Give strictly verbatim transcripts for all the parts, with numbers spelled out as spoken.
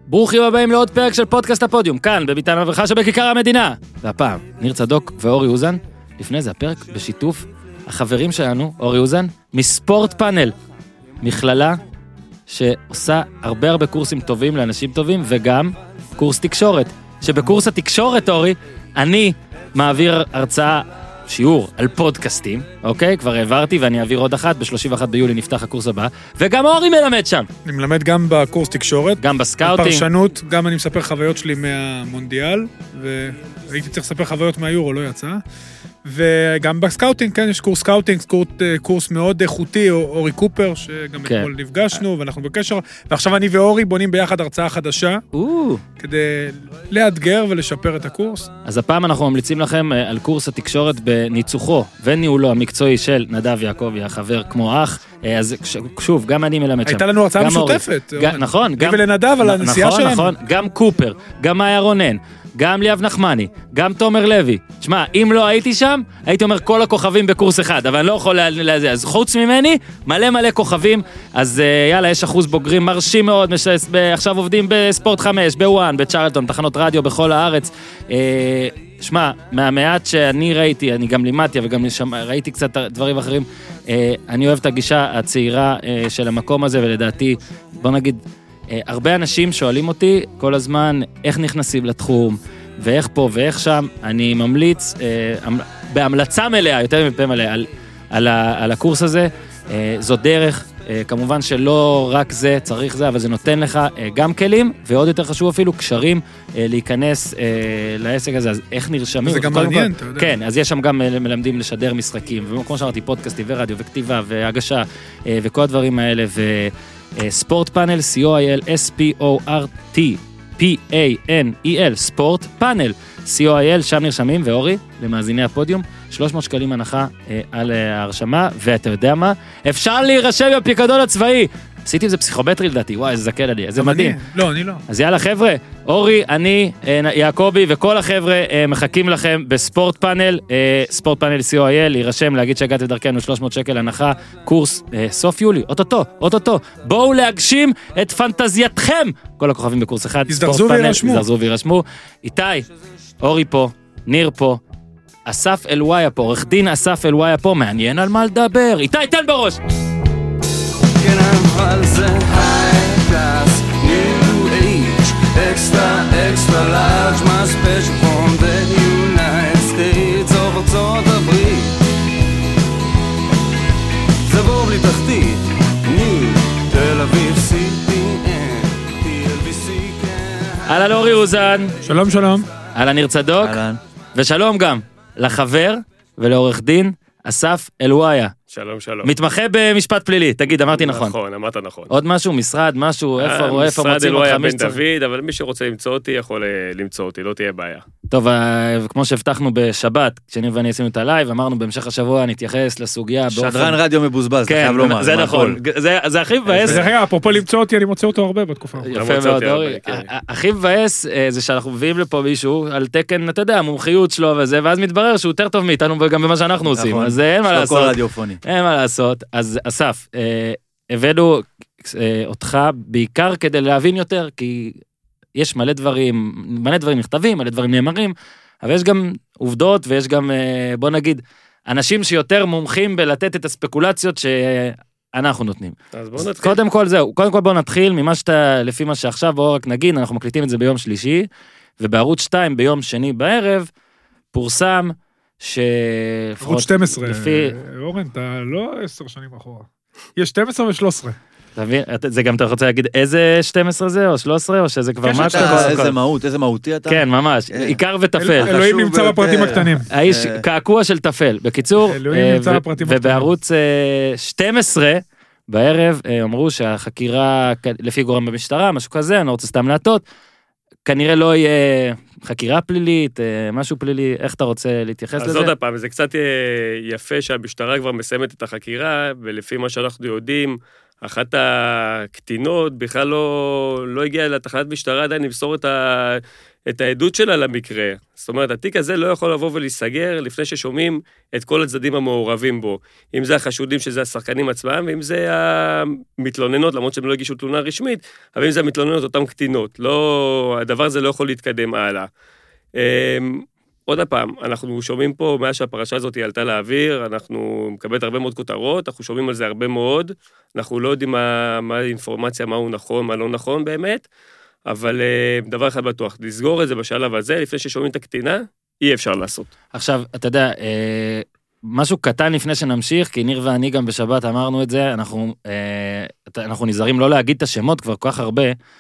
ברוכים הבאים לעוד פרק של פודקאסט הפודיום, כאן בביתן הברכה שבכיכר המדינה. והפעם, ניר צדוק ואורי אוזן, לפני זה הפרק בשיתוף החברים שלנו, אורי אוזן, מספורט פאנל, מכללה שעושה הרבה הרבה קורסים טובים לאנשים טובים, וגם קורס תקשורת, שבקורס התקשורת, אורי, אני מעביר הרצאה, שיעור על פודקאסטים, אוקיי? כבר העברתי ואני אעביר עוד אחת, ב-שלושים ואחד ביולי נפתח הקורס הבא, וגם אורי מלמד שם. אני מלמד גם בקורס תקשורת. גם בסקאוטינג. בפרשנות, גם אני מספר חוויות שלי מהמונדיאל, והייתי צריך לספר חוויות מהיורו, לא יצא. וגם בסקאוטינג, כן, יש קורס סקאוטינג, קורס, קורס מאוד איכותי, אורי קופר, שגם כן. אתמול נפגשנו, ואנחנו בקשר, ועכשיו אני ואורי בונים ביחד הרצאה חדשה, או. כדי לאתגר ולשפר את הקורס. אז הפעם אנחנו ממליצים לכם על קורס התקשורת בניצוחו וניהולו המקצועי של נדב יעקבי, החבר כמו אח, אז שוב, גם אני מלמד שם. הייתה לנו הרצאה משותפת. נכון. לי ולנדב על הנסיעה שלנו. נכון, נכון, גם קופר, גם מאיה רונן, גם ליאב נחמני, גם תומר לוי. תשמע, אם לא הייתי שם, הייתי אומר כל הכוכבים בקורס אחד, אבל אני לא יכול לזה. אז חוץ ממני, מלא מלא כוכבים, אז יאללה, יש אחוז בוגרים מרשים מאוד, עכשיו עובדים בספורט חמש, בוואן, בצ'רלטון, תחנות רדיו בכל הארץ. שמע, מהמעט שאני ראיתי, אני גם לימדתי, וגם ראיתי קצת דברים אחרים, אני אוהב את הגישה הצעירה של המקום הזה, ולדעתי, בוא נגיד, הרבה אנשים שואלים אותי כל הזמן איך נכנסים לתחום, ואיך פה ואיך שם. אני ממליץ, בהמלצה מלאה, יותר מפה מלאה, על, על, על הקורס הזה. זו דרך, כמובן שלא רק זה צריך זה, אבל זה נותן לך גם כלים, ועוד יותר חשוב אפילו קשרים להיכנס לעסק הזה. אז איך נרשמים? זה גם מעניין, אתה יודע. כן, אז יש שם גם מלמדים לשדר משחקים, וכמו שאמרתי, פודקאסטים ורדיו וכתיבה והגשה, וכל הדברים האלה, ו... ספורט פאנל, C-O-I-L, S-P-O-R-T, P-A-N-E-L, ספורט פאנל, C-O-I-L, שם נרשמים, ואורי, למאזיני הפודיום, שלוש מאות שקלים הנחה אה, על ההרשמה, ואתה יודע מה? אפשר להירשם בפיקדון הצבאי. עשיתי את זה פסיכומטרי לדעתי, וואי, איזה זקן אני, זה מדהים. אני, לא, אני לא. אז יאללה חבר'ה, אורי, אני, יעקבי וכל החבר'ה מחכים לכם בספורט פאנל, ספורט פאנל C-O-I-L, להירשם, להגיד שהגעתם דרכנו שלוש מאות שקל הנחה, קורס סוף יולי, אוטוטו, אוטוטו, בואו להגשים את פנטזייתכם, כל הכוכבים בקורס אחד, הזדרזו וירשמו. הזדרזו וירשמו, איתי, אורי פה, ניר פה, אסף אלוויה פה, עורך דין אסף אלוויה פה, מעניין על מה לדבר, איתי, תן בראש! כן, אבל זה high class, new age, extra, extra large, my special from the United States of ארצות הברית. זה בור בלי תחתית, new, תל אביב, C P N, T L B C, כן. אהלן אורי אוזן. שלום, שלום. אהלן ניר צדוק. אהלן. ושלום גם לחבר ולעורך דין אסף אלוויה. שלום, שלום. מתמחה במשפט פלילי, תגיד, אמרתי נכון. נכון, אמרת נכון. עוד משהו, משרד, משהו, איפה מוצאים אותך? משרד אלוויה בן דוד, אבל מי שרוצה למצוא אותי יכול למצוא אותי, לא תהיה בעיה. טוב, כמו שהבטחנו בשבת, כשאני ואני עשינו את הלייב, אמרנו בהמשך השבוע נתייחס לסוגיה. שדרן רדיו מבוזבז, כן, זה נכון. זה הכי מבאס. זה רגע, אפרופו למצוא אותי, אני מוצא אותו הרבה בתקופה. יפה מאוד, אורי. הכי מבאס זה שאנחנו מביאים לפה מישהו על תקן, אתה יודע, המומחיות שלו וזה, ואז מתברר שהוא יותר טוב מאיתנו גם במה שאנחנו עושים. אז אין מה לעשות. אין מה לעשות. אז אסף, הבאנו אותך בעיקר כדי להבין יותר, כי יש מלא דברים, מלא דברים נכתבים, מלא דברים נאמרים, אבל יש גם עובדות, ויש גם, בוא נגיד, אנשים שיותר מומחים בלתת את הספקולציות שאנחנו נותנים. אז בוא נתחיל. קודם כל זהו, קודם כל בוא נתחיל ממה שאתה, לפי מה שעכשיו, בואו רק נגיד, אנחנו מקליטים את זה ביום שלישי, ובערוץ שתיים ביום שני בערב, פורסם ש... ערוץ שתים עשרה, לפי... אורן, אתה לא עשר שנים אחורה. יש שתים עשרה ו-שלוש עשרה. זה גם אתה רוצה להגיד איזה שתים עשרה זה, או שלוש עשרה, או שזה כבר משהו? איזה מהות, איזה מהותי אתה? כן, ממש, עיקר וטפל. אלוהים נמצא בפרטים הקטנים. האיש קעקוע של טפל. בקיצור, ובערוץ שתים עשרה, בערב, אמרו שהחקירה, לפי גורם במשטרה, משהו כזה, אני לא רוצה סתם להטות, כנראה לא יהיה חקירה פלילית, משהו פלילי, איך אתה רוצה להתייחס לזה? אז עוד הפעם, זה קצת יפה שהמשטרה כבר מסיימת את החקירה, ולפי מה שאנחנו יודעים, אחת הקטינות בכלל לא, לא הגיעה לתחנת משטרה עדיין למסור את, ה, את העדות שלה למקרה. זאת אומרת, התיק הזה לא יכול לבוא ולהיסגר לפני ששומעים את כל הצדדים המעורבים בו. אם זה החשודים שזה השחקנים עצמם, ואם זה המתלוננות, למרות שהם לא הגישו תלונה רשמית, אבל אם זה המתלוננות, אותם קטינות. לא, הדבר הזה לא יכול להתקדם הלאה. עוד הפעם, אנחנו שומעים פה, מאז שהפרשה הזאת עלתה לאוויר, אנחנו מקבלת הרבה מאוד כותרות, אנחנו שומעים על זה הרבה מאוד, אנחנו לא יודעים מה, מה האינפורמציה, מה הוא נכון, מה לא נכון באמת, אבל דבר אחד בטוח, לסגור את זה בשלב הזה, לפני ששומעים את הקטינה, אי אפשר לעשות. עכשיו, אתה יודע, משהו קטן לפני שנמשיך, כי ניר ואני גם בשבת אמרנו את זה, אנחנו, אנחנו נזהרים לא להגיד את השמות כבר כל כך הרבה,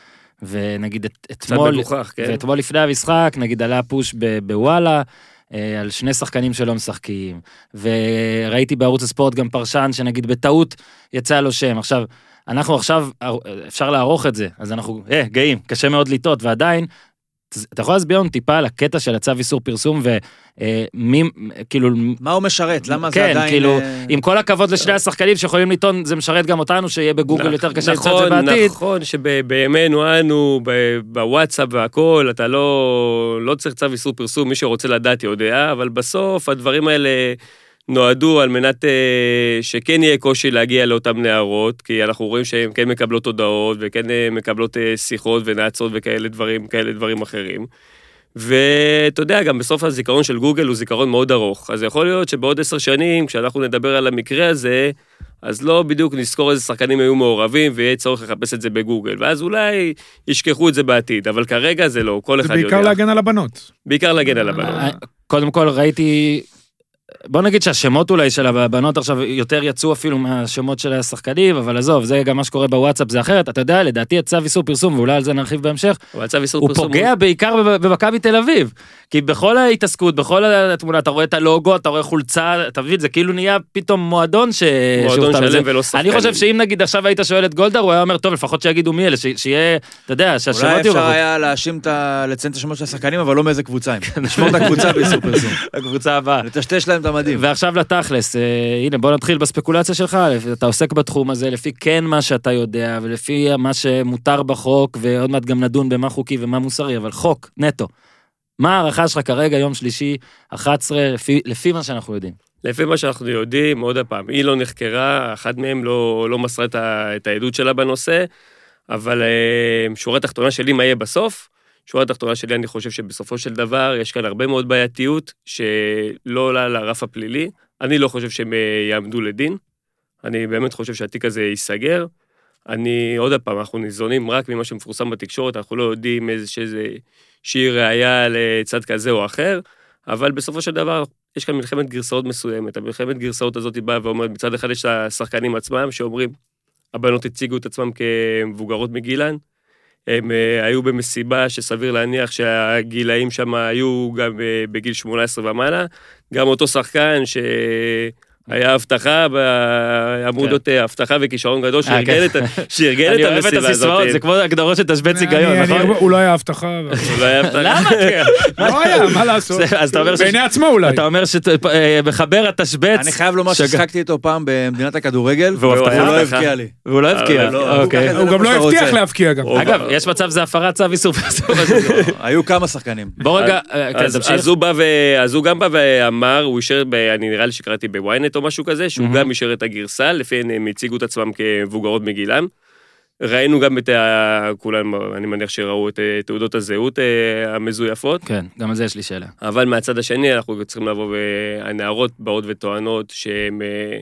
ונגיד את, אתמול, בבוכח, כן? ואתמול לפני המשחק, נגיד עלה פוש בוואלה, על שני שחקנים שלא משחקים, וראיתי בערוץ הספורט גם פרשן שנגיד בטעות יצא לו שם. עכשיו, אנחנו עכשיו, אפשר לערוך את זה, אז אנחנו, אה, גאים, קשה מאוד לטעות, ועדיין, אתה יכול להסביר לנו טיפה על הקטע של הצו איסור פרסום, ומי, כאילו... מה הוא משרת? למה כן, זה עדיין... כאילו, עם כל הכבוד לשני השחקנים שיכולים לטעון, זה משרת גם אותנו, שיהיה בגוגל יותר קשה לצאת זה בעתיד. נכון, שבימינו אנו, בוואטסאפ והכל, אתה לא, לא צריך צו איסור פרסום, מי שרוצה לדעת יודע, אבל בסוף הדברים האלה... נועדו על מנת שכן יהיה קושי להגיע לאותם נערות, כי אנחנו רואים שהן כן מקבלות הודעות, וכן מקבלות שיחות ונעצות וכאלה דברים, כאלה דברים אחרים. ואתה יודע, גם בסוף הזיכרון של גוגל הוא זיכרון מאוד ארוך, אז יכול להיות שבעוד עשר שנים, כשאנחנו נדבר על המקרה הזה, אז לא בדיוק נזכור איזה שחקנים היו מעורבים, ויהיה צורך לחפש את זה בגוגל, ואז אולי ישכחו את זה בעתיד, אבל כרגע זה לא, כל אחד יודע. זה בעיקר להגן על הבנות. בעיקר להגן על הבנות. קודם כל ראיתי... בוא נגיד שהשמות אולי של הבנות עכשיו יותר יצאו אפילו מהשמות של השחקנים, אבל עזוב, זה גם מה שקורה בוואטסאפ, זה אחרת. אתה יודע, לדעתי הצו איסור פרסום, ואולי על זה נרחיב בהמשך, הוא פוגע בעיקר במכבי תל אביב, כי בכל ההתעסקות, בכל התמונה, אתה רואה את הלוגו, אתה רואה חולצה, אתה מבין, זה כאילו נהיה פתאום מועדון ש... מועדון שלם ולא שחקנים. אני חושב שאם נגיד עכשיו היית שואל את גולדהר, הוא היה אומר, טוב, לפחות שיגידו מי אלה, שיהיה, אתה יודע, שהשמות אולי אפשר היה להאשים את לציין את השמות של השחקנים, אבל לא מאיזה קבוצה הם. נשמור את הקבוצה באיסור פרסום. הקבוצה הבאה. לטשטש להם את המדים. ועכשיו לתכלס, הנה בוא נתחיל בספקולציה שלך, אתה עוסק בתחום הזה, לפי כן מה שאתה יודע, ולפי מה שמותר בחוק, ועוד מעט גם נדון במה חוקי ומה מוסרי, אבל חוק, נטו. מה הערכה שלך כרגע, יום שלישי, אחת עשרה, לפי, לפי מה שאנחנו יודעים? לפי מה שאנחנו יודעים, עוד הפעם, היא לא נחקרה, אחד מהם לא, לא מסרה את העדות שלה בנושא, אבל שורה תחתונה שלי מה יהיה בסוף, שורה תחתונה שלי אני חושב שבסופו של דבר יש כאן הרבה מאוד בעייתיות שלא עולה לרף הפלילי, אני לא חושב שהם יעמדו לדין, אני באמת חושב שהתיק הזה ייסגר, אני עוד הפעם, אנחנו ניזונים רק ממה שמפורסם בתקשורת, אנחנו לא יודעים איזה שהיא ראייה לצד כזה או אחר, אבל בסופו של דבר יש כאן מלחמת גרסאות מסוימת, המלחמת גרסאות הזאת היא באה ואומרת, מצד אחד יש השחקנים עצמם שאומרים, הבנות הציגו את עצמם כמבוגרות מגילן, הם היו במסיבה שסביר להניח שהגילאים שם היו גם בגיל שמונה עשרה ומעלה, גם אותו שחקן שהיה הבטחה, עמודות הבטחה וכישרון גדול, שארגן את המסיבה הזאת. אני אוהב את הסיסמאות, זה כמו הגדרות של תשבץ היגיון, נכון? הוא לא היה הבטחה. למה? לא היה, מה לעשות? בעיני עצמו אולי. אתה אומר שמחבר התשבץ. אני חייב לומר ששחקתי איתו פעם במדינת הכדורגל, והוא לא הבקיע לי. והוא לא הבקיע. הוא גם לא הבטיח להבקיע גם. אגב, יש מצב זה הפרת צו איסור פרסום. היו כמה שחקנים. בוא רגע, אז הוא גם בא ואמר, הוא אישר, אני נראה לי שקראתי בוויינט או משהו כזה, שהוא גם אישר את הגרסה, לפי הם הציגו את עצמם כמבוגרות מגילם. ראינו גם את כולם, אני מניח שראו את תעודות הזהות המזויפות. כן, גם על זה יש לי שאלה. אבל מהצד השני אנחנו צריכים לבוא, והנערות באות וטוענות שהם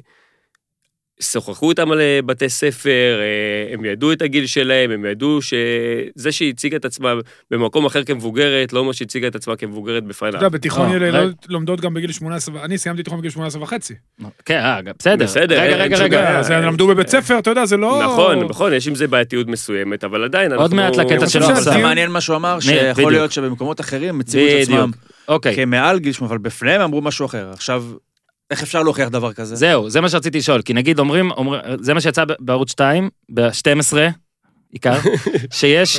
שוחחו איתם על בתי ספר, הם ידעו את הגיל שלהם, הם ידעו שזה שהציגה את עצמה במקום אחר כמבוגרת, לא אומר שהציגה את עצמה כמבוגרת בפניו. אתה יודע, בתיכון ילדות לומדות גם בגיל שמונה עשרה, אני סיימתי תיכון בגיל שמונה עשרה וחצי. כן, בסדר. בסדר. רגע, רגע, רגע. אז הם למדו בבית ספר, אתה יודע, זה לא... נכון, נכון, יש עם זה בעייתיות מסוימת, אבל עדיין אנחנו... עוד מעט לקטע שלו. זה מעניין מה שהוא אמר, שיכול להיות שבמקומות אחרים מציגו את עצמם כמעל גיל שמונה, אבל בפניהם אמרו משהו אחר. עכשיו, איך אפשר להוכיח דבר כזה? זהו, זה מה שרציתי לשאול, כי נגיד אומרים, זה מה שיצא בערוץ שתיים, ב-שתים עשרה, עיקר, שיש,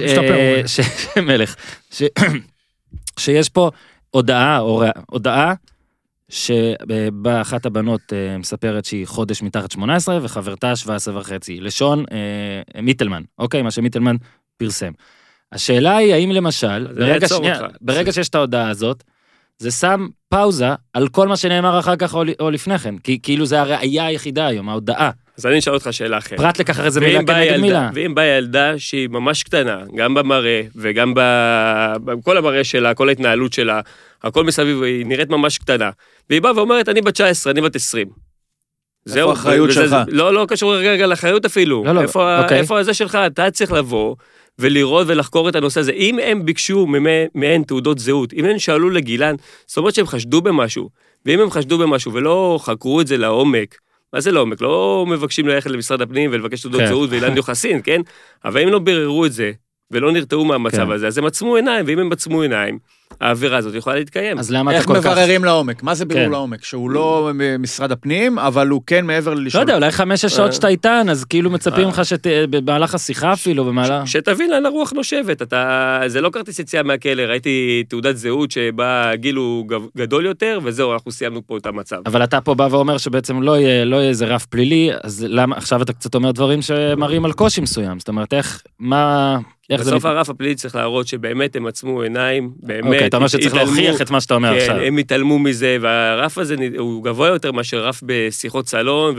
מלך, שיש פה הודעה, הודעה, שבאחת הבנות מספרת שהיא חודש מתחת שמונה עשרה, וחברתה שבע עשרה וחצי, לשון מיטלמן, אוקיי, מה שמיטלמן פרסם. השאלה היא, האם למשל, ברגע, שנייה, ברגע שיש את ההודעה הזאת, זה שם פאוזה על כל מה שנאמר אחר כך או, או לפני כן, כי כאילו זה הראייה היחידה היום, ההודעה. אז אני אשאל אותך שאלה אחרת. פרט לכך הרי זה מילה כנגד מילה. ואם באה ילדה שהיא ממש קטנה, גם במראה וגם בכל המראה שלה, כל ההתנהלות שלה, הכל מסביב, היא נראית ממש קטנה, והיא באה ואומרת, אני בת תשע עשרה, אני בת עשרים. איפה האחריות שלך? לא, לא קשור רגע לאחריות אפילו. איפה זה שלך? אתה צריך לבוא ולראות ולחקור את הנושא הזה. אם הם ביקשו מהן תעודות זהות, אם הם שאלו לגילן, זאת אומרת שהם חשדו במשהו, ואם הם חשדו במשהו ולא חקרו את זה לעומק, מה זה לעומק? לא מבקשים ללכת למשרד הפנים ולבקש תעודות זהות ואילן יוחסין, כן? אבל אם לא ביררו את זה, ולא נרתעו מהמצב הזה, אז הם עצמו עיניים, ואם הם עצמו עיניים, העבירה הזאת יכולה להתקיים. אז למה אתה איך כל כך... מבררים לעומק? מה זה בירור לעומק? שהוא לא משרד הפנים, אבל הוא כן מעבר לשאול. לא יודע, אולי חמש שעות שאתה איתן, אז כאילו מצפים לך שבמהלך השיחה אפילו, במהלך... שתבין לאן הרוח נושבת, זה לא כרטיס יציאה מהכלא, ראיתי תעודת זהות שבה גיל הוא גדול יותר, וזהו, אנחנו סיימנו פה את המצב. אבל אתה פה בא ואומר שבעצם לא יהיה איזה רף פלילי, אז למה, עכשיו אתה קצת אומר דברים שמראים על קושי מסוים, זאת אומרת, איך, מה... בסוף הרף הפלילי צריך להראות שבאמת הם עצמו עיניים, באמת... אוקיי, אתה אומר שצריך להוכיח את מה שאתה אומר עכשיו. הם התעלמו מזה, והרף הזה הוא גבוה יותר מאשר רף בשיחות סלון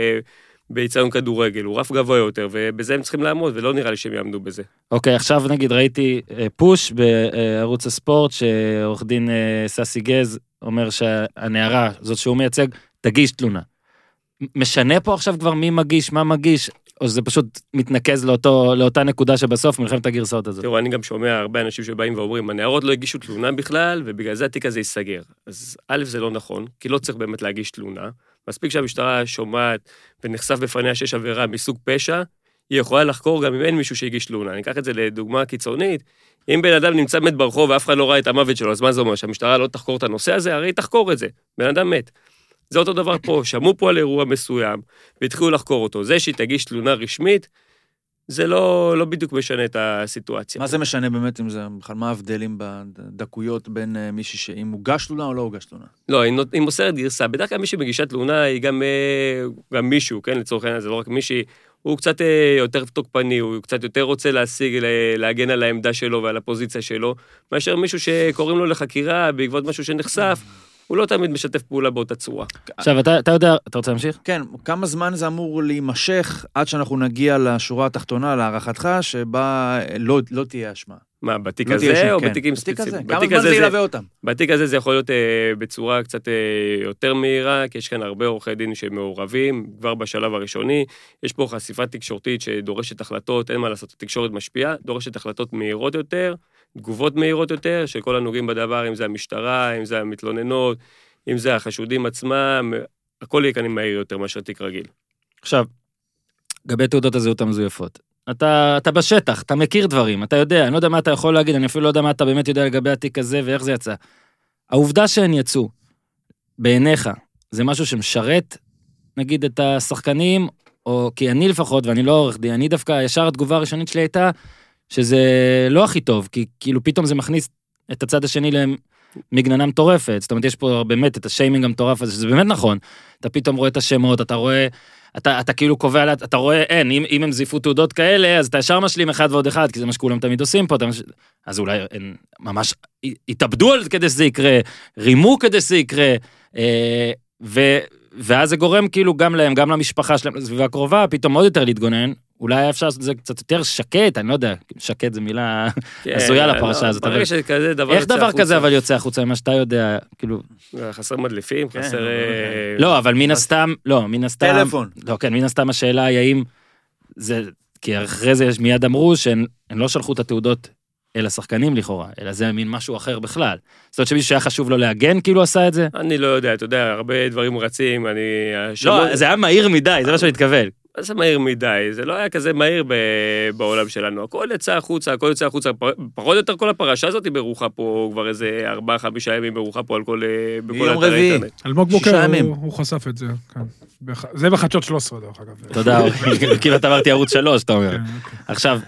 וביציון כדורגל, הוא רף גבוה יותר, ובזה הם צריכים לעמוד, ולא נראה לי שהם יעמדו בזה. אוקיי, עכשיו נגיד ראיתי פוש בערוץ הספורט, שעורך דין ססי גז אומר שהנערה, זאת שהוא מייצג, תגיש תלונה. משנה פה עכשיו כבר מי מגיש, מה מגיש, או שזה פשוט מתנקז לאותו, לאותה נקודה שבסוף מלחמת הגרסאות הזאת. תראו, אני גם שומע הרבה אנשים שבאים ואומרים, הנערות לא הגישו תלונה בכלל, ובגלל זה התיק הזה ייסגר. אז א' זה לא נכון, כי לא צריך באמת להגיש תלונה. מספיק שהמשטרה שומעת ונחשף בפניה שיש עבירה מסוג פשע, היא יכולה לחקור גם אם אין מישהו שהגיש תלונה. אני אקח את זה לדוגמה קיצונית. אם בן אדם נמצא מת ברחוב ואף אחד לא ראה את המוות שלו, אז מה זה אומר? שהמשטרה לא תחקור את הנושא הזה? הרי היא תחקור את זה. בן אדם מת. זה אותו דבר פה, שמעו פה על אירוע מסוים, והתחילו לחקור אותו. זה שהיא תגיש תלונה רשמית, זה לא, לא בדיוק משנה את הסיטואציה. מה זה משנה באמת אם זה, בכלל מה ההבדלים בדקויות בין מישהי שאם הוגש תלונה או לא הוגש תלונה? לא, היא מוסרת גרסה. בדרך כלל מי שמגישה תלונה היא גם, גם מישהו, כן? לצורך העניין, זה לא רק מישהי, הוא קצת יותר תוקפני, הוא קצת יותר רוצה להשיג, להגן על העמדה שלו ועל הפוזיציה שלו, מאשר מישהו שקוראים לו לחקירה בעקבות משהו שנחשף, הוא לא תמיד משתף פעולה באותה צורה. עכשיו, אתה, אתה יודע, אתה רוצה להמשיך? כן, כמה זמן זה אמור להימשך עד שאנחנו נגיע לשורה התחתונה, להערכתך, שבה לא, לא תהיה אשמה? מה, בתיק הזה או בתיקים ספציפיים? כמה זמן זה ילווה אותם? בתיק הזה זה יכול להיות בצורה קצת יותר מהירה, כי יש כאן הרבה עורכי דין שמעורבים, כבר בשלב הראשוני, יש פה חשיפה תקשורתית שדורשת החלטות, אין מה לעשות, התקשורת משפיעה, דורשת החלטות מהירות יותר, תגובות מהירות יותר, של כל הנוגעים בדבר, אם זה המשטרה, אם זה המתלוננות, אם זה החשודים עצמם, הכל יהיה כאן מהיר יותר מאשר תיק רגיל. עכשיו, גבי תעודות הזהות המזויפות. אתה, אתה בשטח, אתה מכיר דברים, אתה יודע, אני לא יודע מה אתה יכול להגיד, אני אפילו לא יודע מה אתה באמת יודע לגבי התיק הזה ואיך זה יצא. העובדה שהן יצאו, בעיניך, זה משהו שמשרת, נגיד, את השחקנים, או כי אני לפחות, ואני לא עורך דין, אני דווקא, ישר התגובה הראשונית שלי הייתה, שזה לא הכי טוב, כי כאילו פתאום זה מכניס את הצד השני למגננה מטורפת, זאת אומרת, יש פה באמת את השיימינג המטורף הזה, שזה באמת נכון, אתה פתאום רואה את השמות, אתה רואה, אתה, אתה כאילו קובע, אתה רואה, אין, אם, אם הם זיפו תעודות כאלה, אז אתה ישר משלים אחד ועוד אחד, כי זה מה שכולם תמיד עושים פה, מש... אז אולי הם ממש התאבדו על כדי שזה יקרה, רימו כדי שזה יקרה, אה, ו, ואז זה גורם כאילו גם להם, גם למשפחה שלהם, לסביבה הקרובה, פתאום עוד יותר להתגונן, אולי אפשר לעשות את זה קצת יותר שקט, אני לא יודע, שקט זה מילה הזויה לפרשה הזאת. איך דבר כזה אבל יוצא החוצה, ממה שאתה יודע, כאילו... חסר מדליפים, חסר... לא, אבל מן הסתם, לא, מן הסתם... טלפון. לא, כן, מן הסתם השאלה היא האם זה... כי אחרי זה מיד אמרו שהן לא שלחו את התעודות אל השחקנים לכאורה, אלא זה מין משהו אחר בכלל. זאת אומרת שמישהו שהיה חשוב לו להגן, כאילו עשה את זה? אני לא יודע, אתה יודע, הרבה דברים רצים, אני... לא, זה היה מהיר מדי, זה מה שאני מתכוון. זה מהיר מדי, זה לא היה כזה מהיר בעולם שלנו, הכל יצא החוצה, הכל יצא החוצה, פחות או יותר כל הפרשה הזאת היא ברוחה פה, כבר איזה ארבעה, חמישה ימים ברוחה פה על כל אתר האינטרנט. אלמוג בוקר, הוא חשף את זה, זה בחדשות שלוש עשרה דרך אגב. תודה, כאילו אתה אמרתי ערוץ שלוש, אתה אומר. עכשיו,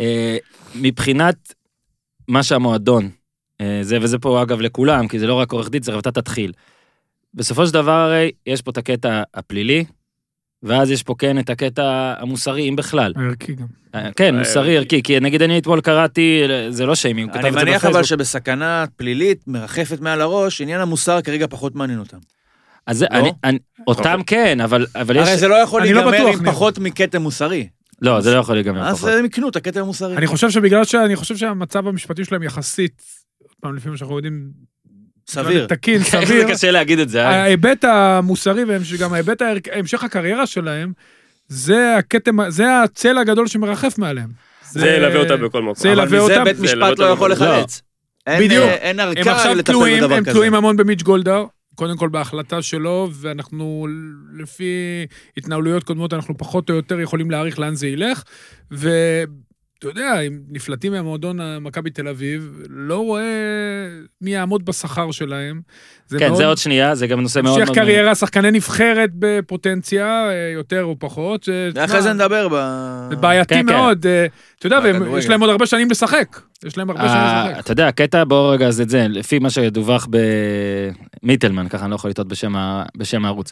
מבחינת מה שהמועדון, זה וזה פה אגב לכולם, כי זה לא רק עורך דין, זה אתה תתחיל. בסופו של דבר הרי, יש פה את הקטע הפלילי, ואז יש פה כן את הקטע המוסרי, אם בכלל. הערכי גם. כן, מוסרי, ערכי, כי נגיד אני אתמול קראתי, זה לא שיימי, הוא כתב את זה בפייסבוק. אני מניח אבל שבסכנה פלילית, מרחפת מעל הראש, עניין המוסר כרגע פחות מעניין אותם. אז אותם כן, אבל יש... הרי זה לא יכול להיגמר עם פחות מקטע מוסרי. לא, זה לא יכול להיגמר פחות. אז הם יקנו את הקטע המוסרי. אני חושב שבגלל שאני חושב שהמצב המשפטי שלהם יחסית, פעם לפעמים שאנחנו יודעים... סביר. תקין, סביר. זה קשה להגיד את זה. ההיבט המוסרי, וגם ההיבט המשך הקריירה שלהם, זה הכתם, זה הצל הגדול שמרחף מעליהם. זה ילווה אותם בכל מקום. זה ילווה אותם. אבל מזה בית משפט לא יכול לחלץ. בדיוק. אין ערכה לטפל בדבר כזה. הם תלויים המון במיץ' גולדהר, קודם כל בהחלטה שלו, ואנחנו לפי התנהלויות קודמות, אנחנו פחות או יותר יכולים להעריך לאן זה ילך, ו... אתה יודע, אם נפלטים מהמועדון מכבי תל אביב, לא רואה מי יעמוד בשכר שלהם. כן, זה עוד שנייה, זה גם נושא מאוד... המשך קריירה, שחקני נבחרת בפוטנציה, יותר או פחות. ואחרי זה נדבר ב... זה בעייתי מאוד. אתה יודע, יש להם עוד הרבה שנים לשחק. יש להם הרבה שנים לשחק. אתה יודע, הקטע, בוא רגע, אז את זה, לפי מה שדווח במיטלמן, ככה אני לא יכול לטעות בשם הערוץ.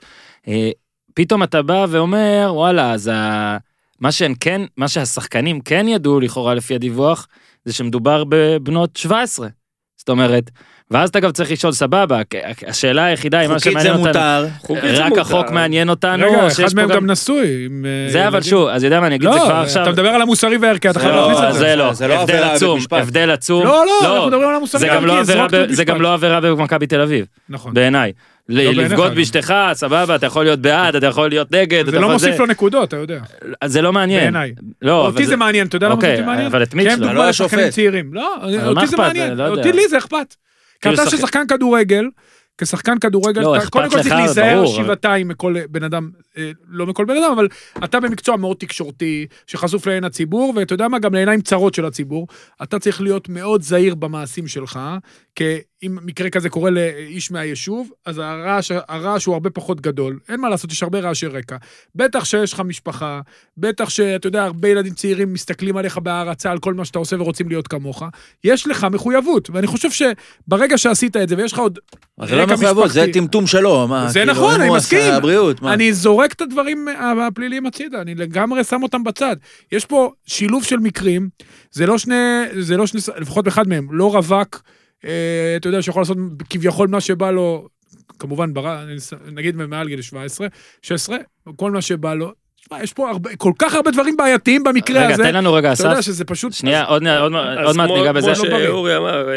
פתאום אתה בא ואומר, וואלה, אז ה... מה שהן כן, מה שהשחקנים כן ידעו לכאורה לפי הדיווח, זה שמדובר בבנות שבע עשרה. זאת אומרת, ואז אתה גם צריך לשאול סבבה, השאלה היחידה היא מה שמעניין אותנו. חוקית זה מותר. רק החוק מעניין אותנו. רגע, אחד מהם גם נשוי. זה אבל שוב, אז יודע מה, אני אגיד זה כבר עכשיו. אתה מדבר על המוסרי והערכי, אתה חייב להכניס את זה. זה לא, הבדל עצום, הבדל עצום. לא, לא, אנחנו מדברים על המוסרי והערכי. זה גם לא עבירה במכבי תל אביב. נכון. בעיניי. לבגוד באשתך, סבבה, אתה יכול להיות בעד, אתה יכול להיות נגד. זה לא מוסיף לו נקודות, אתה יודע. זה לא מעניין. בעיניי. אותי זה מעניין, אתה יודע למה אותי מעניין? אבל את מיץ' לא. לא השופט. לא, אותי זה מעניין, אותי לי זה אכפת. כי אתה ששחקן כדורגל, כשחקן כדורגל, קודם כל צריך להיזהר שבעתיים מכל בן אדם, לא מכל בן אדם, אבל אתה במקצוע מאוד תקשורתי, שחשוף לעין הציבור, ואתה יודע מה, גם לעיניים צרות של הציבור, אתה צריך להיות מאוד זהיר במעשים שלך, כי אם מקרה כזה קורה לאיש מהיישוב, אז הרעש, הרעש הוא הרבה פחות גדול, אין מה לעשות, יש הרבה רעשי רקע, בטח שיש לך משפחה, בטח שאתה יודע, הרבה ילדים צעירים מסתכלים עליך בהערצה על כל מה שאתה עושה ורוצים להיות כמוך, יש לך מחויבות, ואני חושב שברגע שעשית את זה, ויש לך עוד זה לא מחויבות, זה טמטום שלו, זה נכון, אני מסכים, אני זורק את הדברים הפליליים הצידה, אני לגמרי שם אותם בצד, יש פה שילוב של מקרים, זה לא שני, זה לא שני, לפחות באחד מהם, לא רווק, אתה יודע, שיכול לעשות כביכול מה שבא לו, כמובן, נגיד מעל גיל שבע עשרה, שש עשרה, כל מה שבא לו, יש פה כל כך הרבה דברים בעייתיים במקרה הזה. רגע, תן לנו רגע, אסף. אתה יודע שזה פשוט... שנייה, עוד מעט ניגע בזה. כמו שאורי אמר,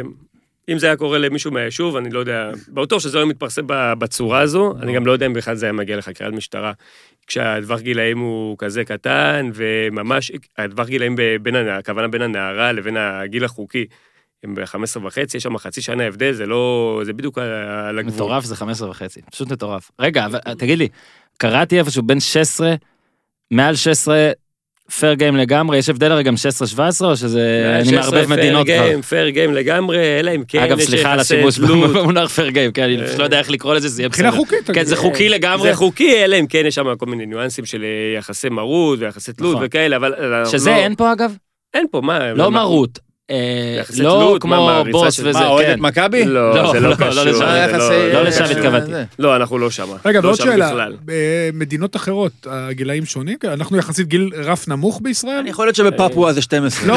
אם זה היה קורה למישהו מהיישוב, אני לא יודע, בטוח שזה לא מתפרסם בצורה הזו, אני גם לא יודע אם בכלל זה היה מגיע לחקירת משטרה, כשהדבר גילאים הוא כזה קטן, וממש, הדבר גילאים בין, הכוונה בין הנערה לבין הגיל החוקי, הם ב-חמש עשרה וחצי, יש שם חצי שנה הבדל, זה לא, זה בדיוק על הגבול. מטורף, זה חמש עשרה וחצי, פשוט מטורף. רגע, אבל תגיד לי, קראתי איפשהו בין שש עשרה, מעל שש עשרה, פייר גיים לגמרי, יש הבדל הרי גם שש עשרה שבע עשרה, או שזה, אני מערבב מדינות כבר. פייר גיים לגמרי, אלא אם כן, אגב, סליחה על השימוש במונח פייר גיים, כן, אני לא יודע איך לקרוא לזה, זה יהיה בסדר. חוקית. כן, זה חוקי לגמרי. זה חוקי, אלא אם כן, יש שם כל מיני ניואנסים של יחסי מרות ויחסי תלות וכאלה, אבל... שזה אין פה אגב? אין פה, מה? לא מרות. לא כמו בוס וזה, מה, אוהדת מכבי? לא, זה לא קשור. לא לשם התכוונתי. לא, אנחנו לא שם. רגע, ועוד שאלה, במדינות אחרות, הגילאים שונים, אנחנו יחסית גיל רף נמוך בישראל? אני יכול להיות שבפפואה זה שתים עשרה.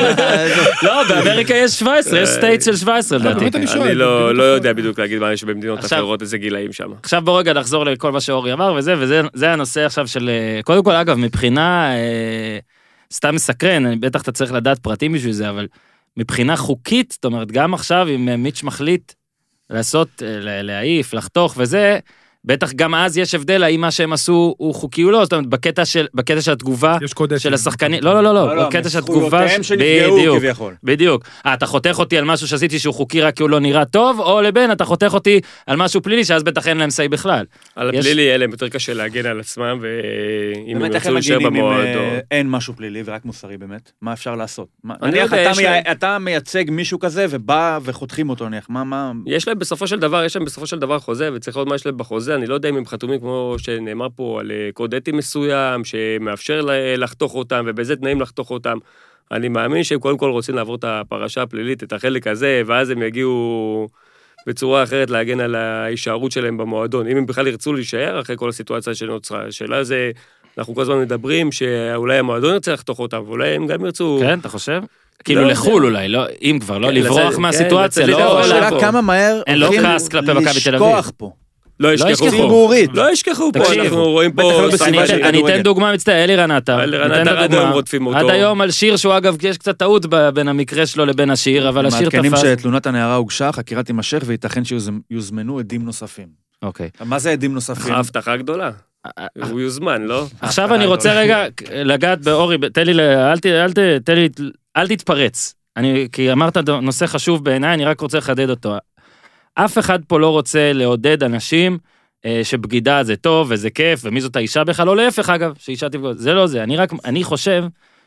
לא, באמריקה יש שבע עשרה, יש סטייט של שבע עשרה לדעתי. אני לא יודע בדיוק להגיד מה יש במדינות אחרות, איזה גילאים שם. עכשיו בוא רגע נחזור לכל מה שאורי אמר, וזה הנושא עכשיו של, קודם כל, אגב, מבחינה... סתם מסקרן, בטח אתה צריך לדעת פרטים בשביל זה, אבל מבחינה חוקית, זאת אומרת, גם עכשיו, אם מיץ' מחליט לעשות, להעיף, לחתוך וזה, בטח גם אז יש הבדל, האם מה שהם עשו הוא חוקי או לא, זאת אומרת, בקטע של, בקטע של התגובה של השחקנים, לא, לא, לא, לא, בקטע של התגובה, בדיוק, בדיוק. אתה חותך אותי על משהו שעשיתי שהוא חוקי רק כי הוא לא נראה טוב, או לבין, אתה חותך אותי על משהו פלילי, שאז בטח אין להם סי בכלל. על הפלילי, אלה הם יותר קשה להגן על עצמם, ואם הם ירצו להישאר במועדון. אין משהו פלילי ורק מוסרי באמת, מה אפשר לעשות? אתה מייצג מישהו כזה ובא וחותכים אותו, מה... יש להם בסופו של דבר, יש להם בסופו של דבר חוזה, וצריך לראות מה יש להם בחוזה. אני לא יודע אם הם חתומים כמו שנאמר פה על קוד אתי מסוים, שמאפשר לחתוך אותם, ובאיזה תנאים לחתוך אותם. אני מאמין שהם קודם כל רוצים לעבור את הפרשה הפלילית, את החלק הזה, ואז הם יגיעו בצורה אחרת להגן על ההישארות שלהם במועדון. אם הם בכלל ירצו להישאר אחרי כל הסיטואציה שנוצרה. השאלה זה, אנחנו כל הזמן מדברים שאולי המועדון ירצה לחתוך אותם, ואולי הם גם ירצו... כן, אתה חושב? כאילו לחול אולי, אם כבר, לא לברוח מהסיטואציה, לא... השאלה כמה מהר... אין לו כעס כלפי מכבי תל אביב. לשכוח פה. לא ישכחו פה. לא ישכחו פה, אנחנו רואים פה... אני אתן דוגמה מצטער, אלירן עטר. אלירן עטר עד היום רודפים אותו. עד היום על שיר שהוא אגב, יש קצת טעות בין המקרה שלו לבין השיר, אבל השיר תפס. מעדכנים שתלונת הנערה הוגשה, חקירה תימשך, וייתכן שיוזמנו עדים נוספים. אוקיי. מה זה עדים נוספים? הבטחה גדולה. הוא יוזמן, לא? עכשיו אני רוצה רגע לגעת באורי, תן לי, אל תתפרץ. כי אמרת נושא חשוב בעיניי, אני רק רוצה לחדד אותו. אף אחד פה לא רוצה לעודד אנשים שבגידה זה טוב וזה כיף, ומי זאת האישה בכלל, לא להפך אגב, שאישה תבגוד, זה לא זה, אני רק, אני חושב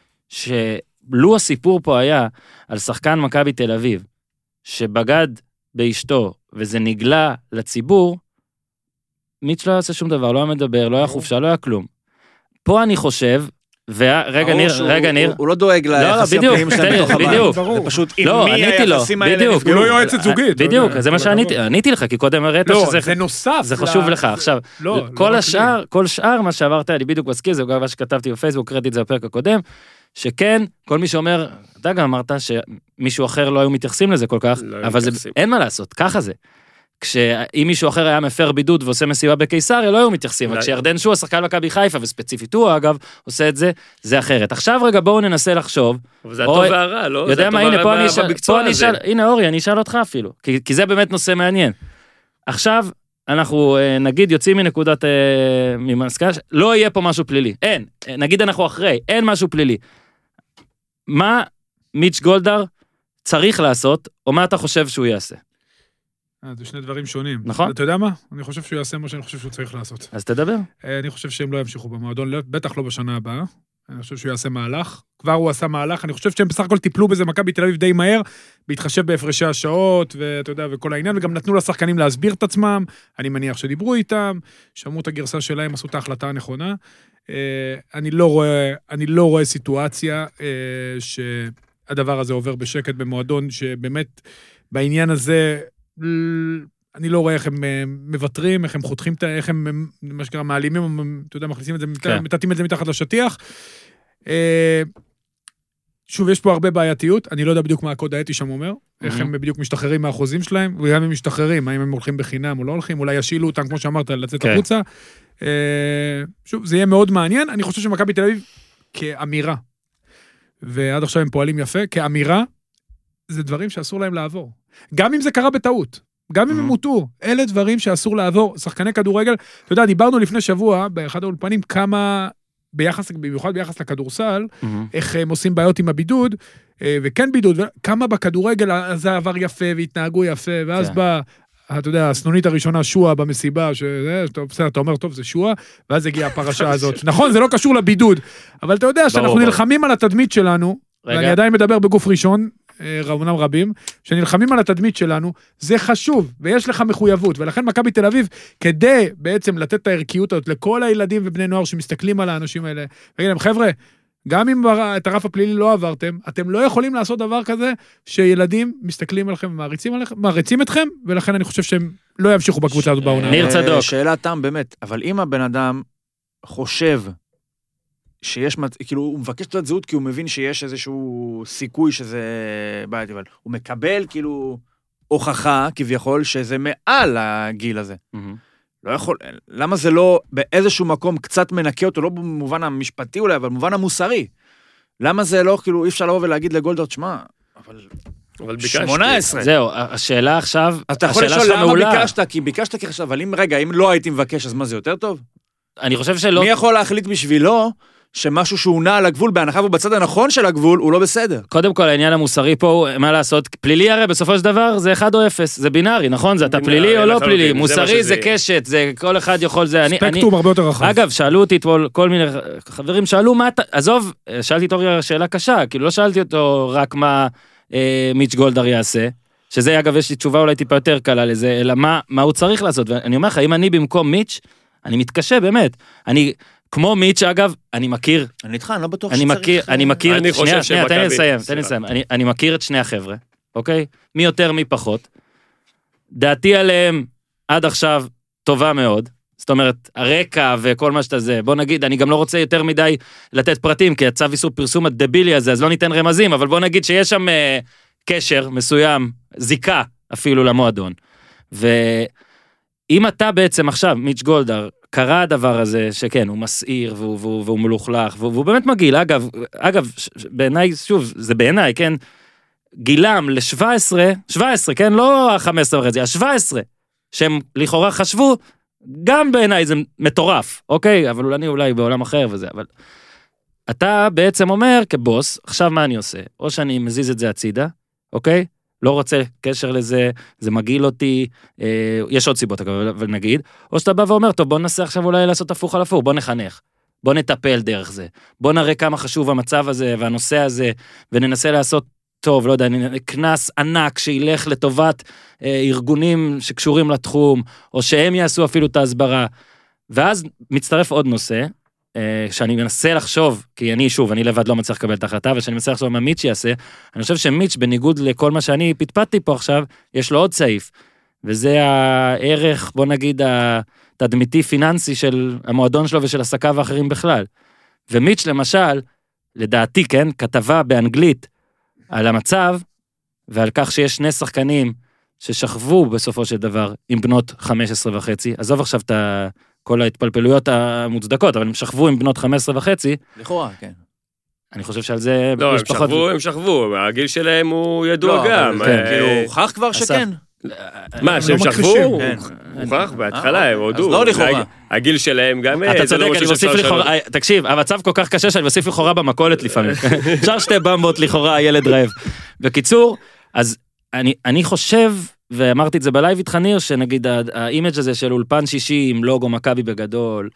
שלו הסיפור פה היה על שחקן מכבי תל אביב, שבגד באשתו, וזה נגלה לציבור, מיץ' לא יעשה שום דבר, לא היה מדבר, לא היה חופשה, לא היה כלום. פה אני חושב, ורגע ניר, רגע ניר. הוא לא דואג ליחסים הפנימיים שלהם בתוך הבית. זה פשוט עם מי היחסים האלה נפגעו. הוא לא יועצת זוגית. בדיוק, זה מה שעניתי, עניתי לך, כי קודם הראית שזה... זה נוסף. זה חשוב לך. עכשיו, כל השאר, כל שאר מה שעברת, אני בדיוק מזכיר, זה גם מה שכתבתי בפייסבוק, קראתי את זה בפרק הקודם, שכן, כל מי שאומר, אתה גם אמרת שמישהו אחר לא היו מתייחסים לזה כל כך, אבל אין מה לעשות, ככה זה. כשאם מישהו אחר היה מפר בידוד ועושה מסיבה בקיסריה, לא היו מתייחסים, אבל כשירדן שועה, שחקן מכבי חיפה, וספציפית הוא, אגב, עושה את זה, זה אחרת. עכשיו רגע, בואו ננסה לחשוב. אבל זה הטוב והרע, לא? יודע מה, הנה, פה אני אשאל, הנה אורי, אני אשאל אותך אפילו, כי זה באמת נושא מעניין. עכשיו, אנחנו נגיד יוצאים מנקודת ממסקנה, לא יהיה פה משהו פלילי, אין, נגיד אנחנו אחרי, אין משהו פלילי. מה מיץ' גולדהר צריך לעשות, או מה אתה חושב שהוא יעשה? זה שני דברים שונים. נכון. אתה יודע מה? אני חושב שהוא יעשה מה שאני חושב שהוא צריך לעשות. אז תדבר. אני חושב שהם לא ימשיכו במועדון, בטח לא בשנה הבאה. אני חושב שהוא יעשה מהלך. כבר הוא עשה מהלך. אני חושב שהם בסך הכל טיפלו בזה מכבי תל אביב די מהר, בהתחשב בהפרשי השעות, ואתה יודע, וכל העניין, וגם נתנו לשחקנים להסביר את עצמם. אני מניח שדיברו איתם, שמעו את הגרסה שלהם, עשו את ההחלטה הנכונה. אני לא רואה, אני לא רואה סיטואציה שהדבר הזה עובר בשקט במועדון, שבאמת בעניין הזה אני לא רואה איך הם מבטרים, איך הם חותכים, איך הם, מה שקרה, מעלימים, אתה יודע, מכניסים את זה, מטאטים את זה מתחת לשטיח. שוב, יש פה הרבה בעייתיות, אני לא יודע בדיוק מה הקוד האתי שם אומר, איך הם בדיוק משתחררים מהאחוזים שלהם, וגם הם משתחררים, האם הם הולכים בחינם או לא הולכים, אולי ישאילו אותם, כמו שאמרת, לצאת החוצה. שוב, זה יהיה מאוד מעניין, אני חושב שמכבי תל אביב כאמירה, ועד עכשיו הם פועלים יפה, כאמירה, זה דברים שאסור להם לעבור. גם אם זה קרה בטעות, גם אם הם מוטו, אלה דברים שאסור לעבור, שחקני כדורגל, אתה יודע, דיברנו לפני שבוע, באחד האולפנים, כמה, ביחס, במיוחד ביחס לכדורסל, איך הם עושים בעיות עם הבידוד, וכן בידוד, כמה בכדורגל זה עבר יפה, והתנהגו יפה, ואז בא, אתה יודע, הסנונית הראשונה, שועה במסיבה, אתה אומר, טוב, זה שועה, ואז הגיעה הפרשה הזאת. נכון, זה לא קשור לבידוד, אבל אתה יודע שאנחנו נלחמים על התדמית שלנו, ואני עדיין מדבר בגוף ראשון, רבונם רבים, שנלחמים על התדמית שלנו, זה חשוב, ויש לך מחויבות, ולכן מכבי תל אביב, כדי בעצם לתת את הערכיות הזאת לכל הילדים ובני נוער שמסתכלים על האנשים האלה, וגיד להם, חבר'ה, גם אם את הרף הפלילי לא עברתם, אתם לא יכולים לעשות דבר כזה, שילדים מסתכלים עליכם ומעריצים עליכם, מעריצים אתכם, ולכן אני חושב שהם לא ימשיכו בקבוצה הזאת בעונה. ניר צדוק. שאלה תם באמת, אבל אם הבן אדם חושב שיש, כאילו, הוא מבקש תעודת זהות כי הוא מבין שיש איזשהו סיכוי שזה בעייתי, אבל הוא מקבל כאילו הוכחה כביכול שזה מעל הגיל הזה. לא יכול, למה זה לא באיזשהו מקום קצת מנקה אותו, לא במובן המשפטי אולי, אבל במובן המוסרי. למה זה לא, כאילו, אי אפשר לבוא ולהגיד לגולדהר, שמע, אבל... אבל ביקשתי. שמונה עשרה. זהו, השאלה עכשיו, אתה יכול לשאול למה ביקשת, כי ביקשת כחשב, אבל אם רגע, אם לא הייתי מבקש, אז מה זה יותר טוב? אני חושב שלא... מי יכול להחליט בשבילו שמשהו שהוא נע על הגבול, בהנחה ובצד הנכון של הגבול, הוא לא בסדר. קודם כל, העניין המוסרי פה, מה לעשות? פלילי הרי בסופו של דבר זה אחד או אפס, זה בינארי, נכון? זה אתה פלילי או לא פלילי, מוסרי זה קשת, זה כל אחד יכול, זה... ספקטרום הרבה יותר רחב. אגב, שאלו אותי כל מיני חברים, שאלו מה אתה... עזוב, שאלתי אותו שאלה קשה, כאילו לא שאלתי אותו רק מה מיץ' גולדהר יעשה, שזה אגב יש לי תשובה אולי טיפה יותר קלה לזה, אלא מה הוא צריך לעשות, ואני אומר לך, אם אני במקום מיץ', אני מתקשה באמת, אני... כמו מיץ' אגב, אני מכיר... אני איתך, אני לא בטוח שצריך... אני מכיר, אני מכיר... אני חושב שנייה, תן לי לסיים, תן לי לסיים. אני מכיר את שני החבר'ה, אוקיי? מי יותר, מי פחות. דעתי עליהם עד עכשיו טובה מאוד, זאת אומרת, הרקע וכל מה שאתה זה, בוא נגיד, אני גם לא רוצה יותר מדי לתת פרטים, כי הצו איסור פרסום הדבילי הזה, אז לא ניתן רמזים, אבל בוא נגיד שיש שם אה, קשר מסוים, זיקה אפילו למועדון. ואם אתה בעצם עכשיו, מיץ' גולדהר, קרא הדבר הזה, שכן, הוא מסעיר, והוא, והוא, והוא מלוכלך, והוא, והוא באמת מגעיל, אגב, אגב, בעיניי, שוב, זה בעיניי, כן, גילם ל-שבע עשרה, שבע עשרה, כן, לא ה-חמש עשרה וחצי, ה-שבע עשרה, שהם לכאורה חשבו, גם בעיניי זה מטורף, אוקיי? אבל אני אולי בעולם אחר וזה, אבל אתה בעצם אומר כבוס, עכשיו מה אני עושה? או שאני מזיז את זה הצידה, אוקיי? לא רוצה קשר לזה, זה מגעיל אותי, אה, יש עוד סיבות, אבל נגיד, או שאתה בא ואומר, טוב, בוא ננסה עכשיו אולי לעשות הפוך על הפוך, בוא נחנך, בוא נטפל דרך זה, בוא נראה כמה חשוב המצב הזה והנושא הזה, וננסה לעשות טוב, לא יודע, כנס ענק שילך לטובת אה, ארגונים שקשורים לתחום, או שהם יעשו אפילו את ההסברה, ואז מצטרף עוד נושא, אה, שאני מנסה לחשוב, כי אני שוב, אני לבד לא מצליח לקבל את ההחלטה, ושאני מנסה לחשוב מה מיץ' יעשה, אני חושב שמיץ' בניגוד לכל מה שאני פטפטתי פה עכשיו, יש לו עוד סעיף, וזה הערך, בוא נגיד, התדמיתי פיננסי של המועדון שלו ושל עסקיו האחרים בכלל. ומיץ' למשל, לדעתי, כן, כתבה באנגלית, על המצב, ועל כך שיש שני שחקנים ששכבו בסופו של דבר עם בנות חמש עשרה וחצי, עזוב עכשיו את כל ההתפלפלויות המוצדקות, אבל הם שכבו עם בנות חמש עשרה וחצי. לכאורה, כן. אני חושב שעל זה... לא, הם שכבו, הם שכבו, הגיל שלהם הוא ידוע גם. כאילו, הוכח כבר שכן. מה, שהם שכבו? הוכח, בהתחלה הם הודו. לא לכאורה. הגיל שלהם גם... אתה צודק, אני מוסיף לכאורה... תקשיב, המצב כל כך קשה שאני מוסיף לכאורה במכולת לפעמים. אפשר שתי במבות לכאורה, הילד רעב. בקיצור, אז אני חושב, ואמרתי את זה בלייב איתך ניר, שנגיד האימג' הזה של אולפן שישי עם לוגו מכבי בגדול,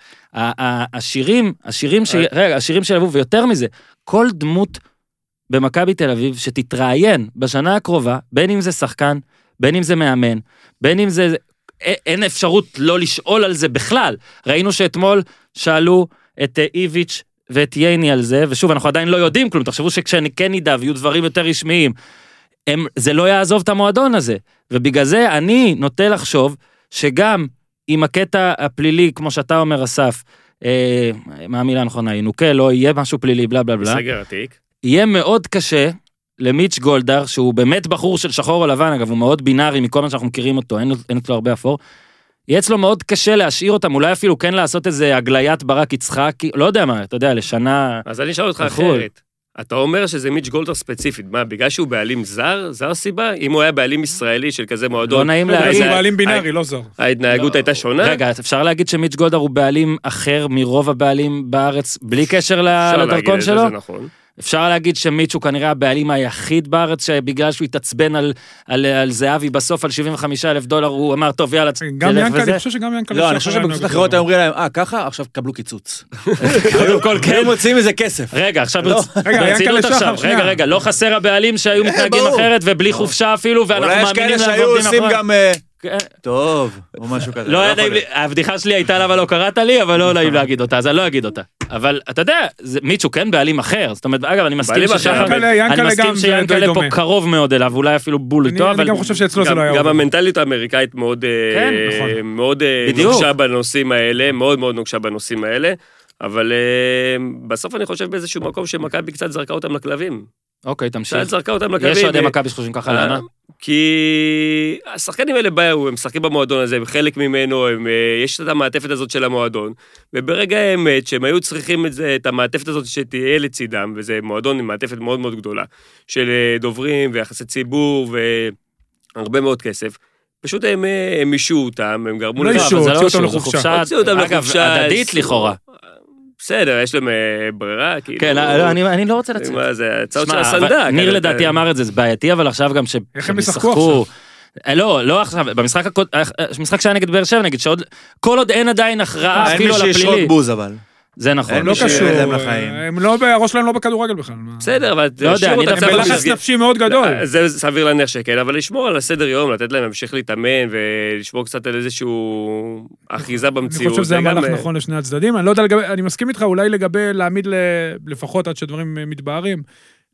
השירים, השירים ש... רגע, השירים שלבו, ויותר מזה, כל דמות במכבי תל אביב שתתראיין בשנה הקרובה, בין אם זה שחקן, בין אם זה מאמן, בין אם זה... אין אפשרות לא לשאול על זה בכלל. ראינו שאתמול שאלו את איביץ' ואת ייני על זה, ושוב, אנחנו עדיין לא יודעים כלום, תחשבו שכשאני כן נדע, ויהיו דברים יותר רשמיים, הם, זה לא יעזוב את המועדון הזה, ובגלל זה אני נוטה לחשוב, שגם עם הקטע הפלילי, כמו שאתה אומר, אסף, אה, מה המילה הנכונה, ינוקה, לא יהיה משהו פלילי, בלה בלה בלה, סגר עתיק. יהיה מאוד קשה, למיץ' גולדהר, שהוא באמת בחור של שחור או לבן, אגב, הוא מאוד בינארי מכל מה שאנחנו מכירים אותו, אין, אין אצלו הרבה אפור, יהיה אצלו מאוד קשה להשאיר אותם, אולי אפילו כן לעשות איזה הגליית ברק יצחק, לא יודע מה, אתה יודע, לשנה... אז אני אשאל אותך אחרת. אתה אומר שזה מיץ' גולדהר ספציפית, מה, בגלל שהוא בעלים זר? זר הסיבה? אם הוא היה בעלים ישראלי של כזה מועדון... לא נעים להגיד. הוא בעלים בינארי, לא זר. ההתנהגות הייתה שונה? רגע, אפשר להגיד שמיץ' גולדהר הוא בעלים אחר מרוב הבעלים בארץ, בלי קשר לדרכון שלו? זה נכון. אפשר להגיד שמיץ' הוא כנראה הבעלים היחיד בארץ, שבגלל שהוא התעצבן על, על, על זהבי בסוף, על שבעים וחמישה אלף דולר, הוא אמר, טוב, יאללה, גם ינקל, אני חושב שגם ינקל... לא, אני חושב שבקבוצות אחרות אומרים להם, אה, ככה, עכשיו קבלו קיצוץ. הם מוצאים איזה כסף. רגע, עכשיו ברצינות עכשיו, רגע, רגע, לא חסר הבעלים שהיו מתנהגים אחרת, ובלי חופשה אפילו, ואנחנו מאמינים להם ועובדים אחורה. טוב, או משהו כזה. לא נעים לי, הבדיחה שלי הייתה לה, אבל לא קראת לי, אבל לא נעים להגיד אותה, אז אני לא אגיד אותה. אבל אתה יודע, מיץ' הוא כן בעלים אחר, זאת אומרת, אגב, אני מסכים שיאנקלה פה קרוב מאוד אליו, אולי אפילו בול איתו, אבל... אני גם חושב שאצלו זה לא היה... גם המנטליות האמריקאית מאוד נוקשה בנושאים האלה, מאוד מאוד נוקשה בנושאים האלה, אבל בסוף אני חושב באיזשהו מקום שמכבי קצת זרקה אותם לכלבים. אוקיי, תמשיך. קצת זרקה אותם לכלבים. יש עוד מכבי שחושבים ככה, למה? כי השחקנים האלה באו, הם משחקים במועדון הזה, חלק ממנו, הם, יש את המעטפת הזאת של המועדון, וברגע האמת שהם היו צריכים את, זה, את המעטפת הזאת שתהיה לצידם, וזה מועדון עם מעטפת מאוד מאוד גדולה, של דוברים ויחסי ציבור והרבה מאוד כסף, פשוט הם, הם אישו אותם, הם גרמו... לא אישו, הוציאו אותם לחופשה. הוציאו אותם לחופשה. אגב, הדדית לכאורה. בסדר, יש להם ברירה, כאילו... כן, אני לא רוצה לצאת. מה זה, הצעות של הסנדק. ניר לדעתי אמר את זה, זה בעייתי, אבל עכשיו גם שהם איך הם ישחקו עכשיו? לא, לא עכשיו, במשחק שהיה נגד באר שבע, נגיד שעוד, כל עוד אין עדיין הכרעה אפילו לפלילי. אין מי שישרוק בוז, אבל. זה נכון. לא קשור, הם לא, הראש שלהם לא בכדורגל בכלל. בסדר, אבל... לא יודע, אני דווקא... הם בלחץ נפשי מאוד גדול. זה סביר להניח שכן, אבל לשמור על הסדר יום, לתת להם להמשיך להתאמן, ולשמור קצת על איזשהו אחיזה במציאות. אני חושב שזה המהלך נכון לשני הצדדים. אני לא יודע, אני מסכים איתך, אולי לגבי להעמיד לפחות עד שדברים מתבהרים,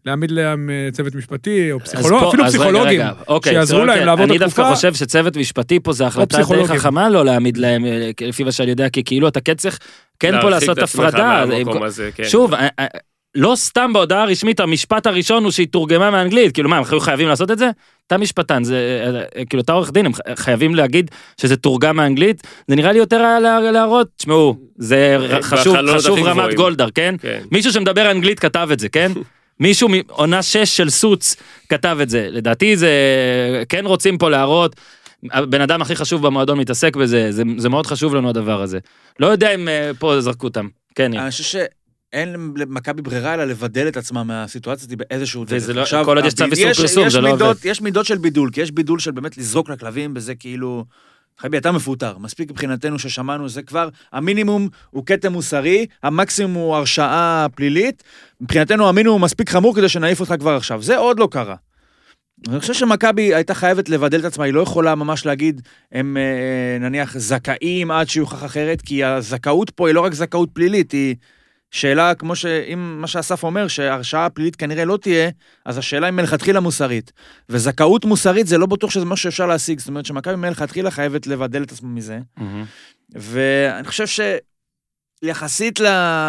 להעמיד להם צוות משפטי, או אז פסיכולוג, פה- אפילו אז רגע, פסיכולוגים, רגע, אוקיי, שיעזרו אוקיי, להם לעבור את אני התקופה. דווקא חושב שצוות משפטי פה זה החלטה די פסיכולוגים. חכמה לא להעמיד להם, אה, לפי מה שאני יודע, כי כאילו אתה כן צריך, כן פה להרחיק לעשות את עצמך הפרדה. מהמקום הזה, כן. שוב, אה, אה, לא סתם בהודעה הרשמית, המשפט הראשון הוא שהיא תורגמה מאנגלית, כאילו מה, הם היו חייבים לעשות את זה? אתה משפטן, זה, אה, כאילו, אתה עורך דין, הם חייבים להגיד שזה תורגם מאנגלית, זה נראה לי יותר היה לה- להראות, תשמעו, זה אה, חשוב, בחלונות חשוב הכי רמת גבוהים. גולדהר, כן? כן. מישהו שמדבר אנגלית כתב את זה, כן? מישהו מעונה שש של סוץ כתב את זה. לדעתי זה, כן רוצים פה להראות, הבן אדם הכי חשוב במועדון מתעסק בזה, זה, זה מאוד חשוב לנו הדבר הזה. לא יודע אם אה, פה זרקו אותם. כן, אני חושב שאין למכבי ברירה אלא לבדל את עצמה מהסיטואציה הזאת באיזשהו דרך. וזה לא- עכשיו, כל עוד יש צו הביד- איסור יש- פרסום, יש זה לא מידות- עובד. יש מידות של בידול, כי יש בידול של באמת לזרוק לכלבים, וזה כאילו... חייבי, אתה מפוטר, מספיק מבחינתנו ששמענו, זה כבר, המינימום הוא קטע מוסרי, המקסימום הוא הרשעה פלילית, מבחינתנו המינימום מספיק חמור כדי שנעיף אותך כבר עכשיו, זה עוד לא קרה. אני חושב שמכבי הייתה חייבת לבדל את עצמה, היא לא יכולה ממש להגיד, הם אה, נניח זכאים עד שיוכח אחרת, כי הזכאות פה היא לא רק זכאות פלילית, היא שאלה כמו שאם מה שאסף אומר, שהרשעה פלילית כנראה לא תהיה, אז השאלה היא מלכתחילה מוסרית. וזכאות מוסרית זה לא בטוח שזה משהו שאפשר להשיג, זאת אומרת שמכבי מלכתחילה חייבת לבדל את עצמה מזה. ואני חושב שיחסית ל...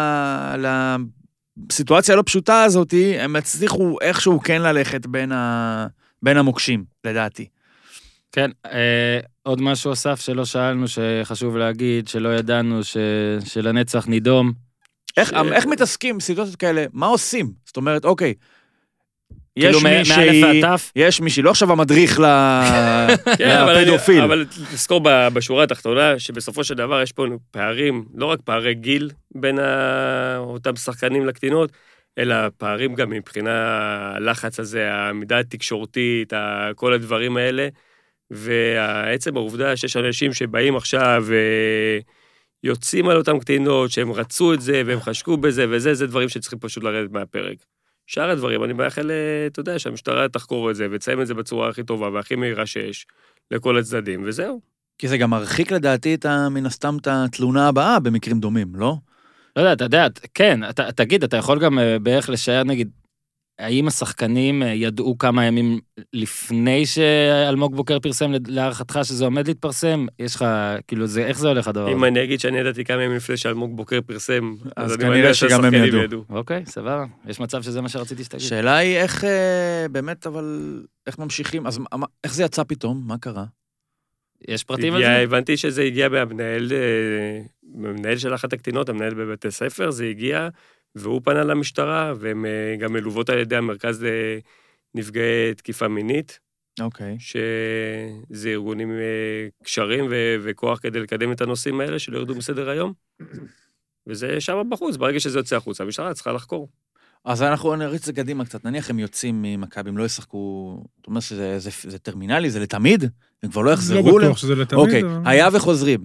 לסיטואציה הלא פשוטה הזאת, הם הצליחו איכשהו כן ללכת בין, ה... בין המוקשים, לדעתי. כן, אה, עוד משהו אסף שלא שאלנו, שחשוב להגיד, שלא ידענו, ש... שלנצח נידום. איך, ש- איך מתעסקים בסיטואציות כאלה? מה עושים? זאת אומרת, אוקיי, יש כאילו מא' מישהי, ועד ת'? יש מישהי, לא עכשיו המדריך ל... כן, אבל אני- לפדופיל. אבל תזכור ב- בשורה התחתונה, שבסופו של דבר יש פה פערים, לא רק פערי גיל בין ה- אותם שחקנים לקטינות, אלא פערים גם מבחינה הלחץ הזה, העמידה התקשורתית, ה- כל הדברים האלה, והעצם העובדה שיש אנשים שבאים עכשיו ויוצאים על אותם קטינות, שהם רצו את זה והם חשקו בזה וזה, זה דברים שצריכים פשוט לרדת מהפרק. שאר הדברים, אני מאחל, אתה יודע, שהמשטרה תחקור את זה ותסיים את זה בצורה הכי טובה והכי מהירה שיש לכל הצדדים, וזהו. כי זה גם מרחיק לדעתי את ה- מן הסתם את התלונה הבאה במקרים דומים, לא? לא יודע, אתה יודע, כן, אתה, תגיד, אתה יכול גם אה, בערך לשער, נגיד, האם השחקנים אה, ידעו כמה ימים לפני שאלמוג בוקר פרסם להערכתך שזה עומד להתפרסם? יש לך, כאילו, זה, איך זה הולך הדבר אם הזה? אני אגיד שאני ידעתי כמה ימים לפני שאלמוג בוקר פרסם, אז אני כנראה מניח שגם הם שהשחקנים ידעו. אוקיי, סבבה. יש מצב שזה מה שרציתי שתגיד. השאלה היא איך, אה, באמת, אבל, איך ממשיכים? אז מה- איך זה יצא פתאום? מה קרה? יש פרטים על הגיע- זה? הבנתי שזה הגיע מהמנהל, אה, המנהל של אחת הקטינות, המנהל בבתי ספר, זה הגיע, והוא פנה למשטרה, והם אה, גם מלוות על ידי המרכז לנפגעי תקיפה מינית, אוקיי. שזה ארגונים אה, קשרים ו- וכוח כדי לקדם את הנושאים האלה, שלא ירדו מסדר היום. וזה שם בחוץ, ברגע שזה יוצא החוצה, המשטרה צריכה לחקור. אז אנחנו נריץ את זה קדימה קצת. נניח הם יוצאים ממכבי, הם לא ישחקו, אתה אומר שזה זה, זה טרמינלי, זה לתמיד? הם כבר לא לא יחזרו? בטוח שזה לתמיד. אוקיי, אבל- היה וחוזרים.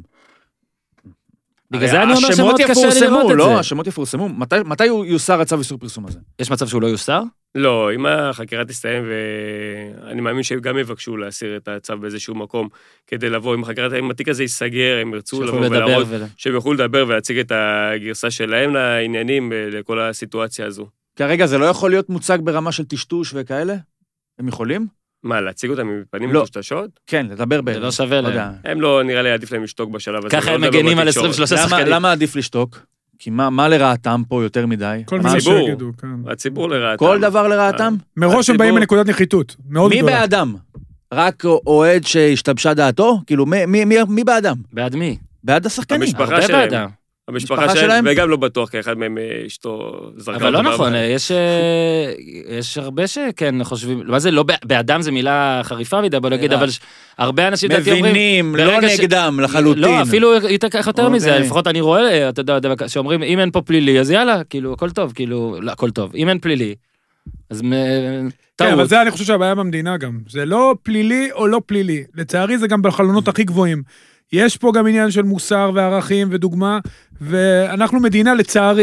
בגלל זה אני אומר השמות שמאוד קשה לי יפורסמו, לראות את לא, זה. השמות יפורסמו. מתי, מתי יוסר הצו איסור פרסום הזה? יש מצב שהוא לא יוסר? לא, אם החקירה תסתיים, ואני מאמין שהם גם יבקשו להסיר את הצו באיזשהו מקום, כדי לבוא, אם החקירה, אם התיק הזה ייסגר, הם ירצו לבוא שיכולו לדבר ולהראות, ול- שהם יוכלו לדבר ולהציג את הגרסה שלהם לעניינים, לכל הסיטואציה הזו. כרגע זה לא יכול להיות מוצג ברמה של טשטוש וכאלה? הם יכולים? מה, להציג אותם מפנים לא. מטושטשות? כן, לדבר ב... זה לא שווה לא להם. יודע. הם לא, נראה לי עדיף להם לשתוק בשלב הזה. ככה הם ולא לדבר מגנים על בתקשורת. עשרים ושלושה למה, שחקנים. למה עדיף לשתוק? כי מה, מה לרעתם פה יותר מדי? כל מה- מיני הציבור. שיגידו, כן. הציבור לרעתם. כל דבר לרעתם? מראש הם הציבור- באים מנקודת נחיתות, מאוד מי גדולה. בעדם? רק אוהד שהשתבשה דעתו? כאילו, מי, מי, מי, מי בעדם? בעד מי? בעד השחקנים. המשפחה הרבה שלהם. בעדם. המשפחה משפחה שלהם, שלהם? וגם לא בטוח, כי אחד מהם אה, אשתו זרקה אבל לא אותו נכון, מהבית. יש, אה, יש הרבה שכן חושבים, מה זה, לא, ב- באדם זה מילה חריפה מדי, בוא נגיד, אה. אבל ש- הרבה אנשים לדעתי אומרים, מבינים, לא ברגע ש- נגדם לחלוטין. לא, אפילו יותר יותר מזה, אוקיי. לפחות אני רואה, אתה יודע, שאומרים, אם אין פה פלילי, אז יאללה, כאילו, הכל טוב, כאילו, לא, הכל טוב, אם אין פלילי, אז מ- כן, אבל טעות. זה אני חושב שהבעיה במדינה גם. זה לא פלילי או לא פלילי. לצערי זה גם בחלונות הכי גבוהים. יש פה גם עניין של מוסר וערכים ודוגמה, ואנחנו מדינה לצערי,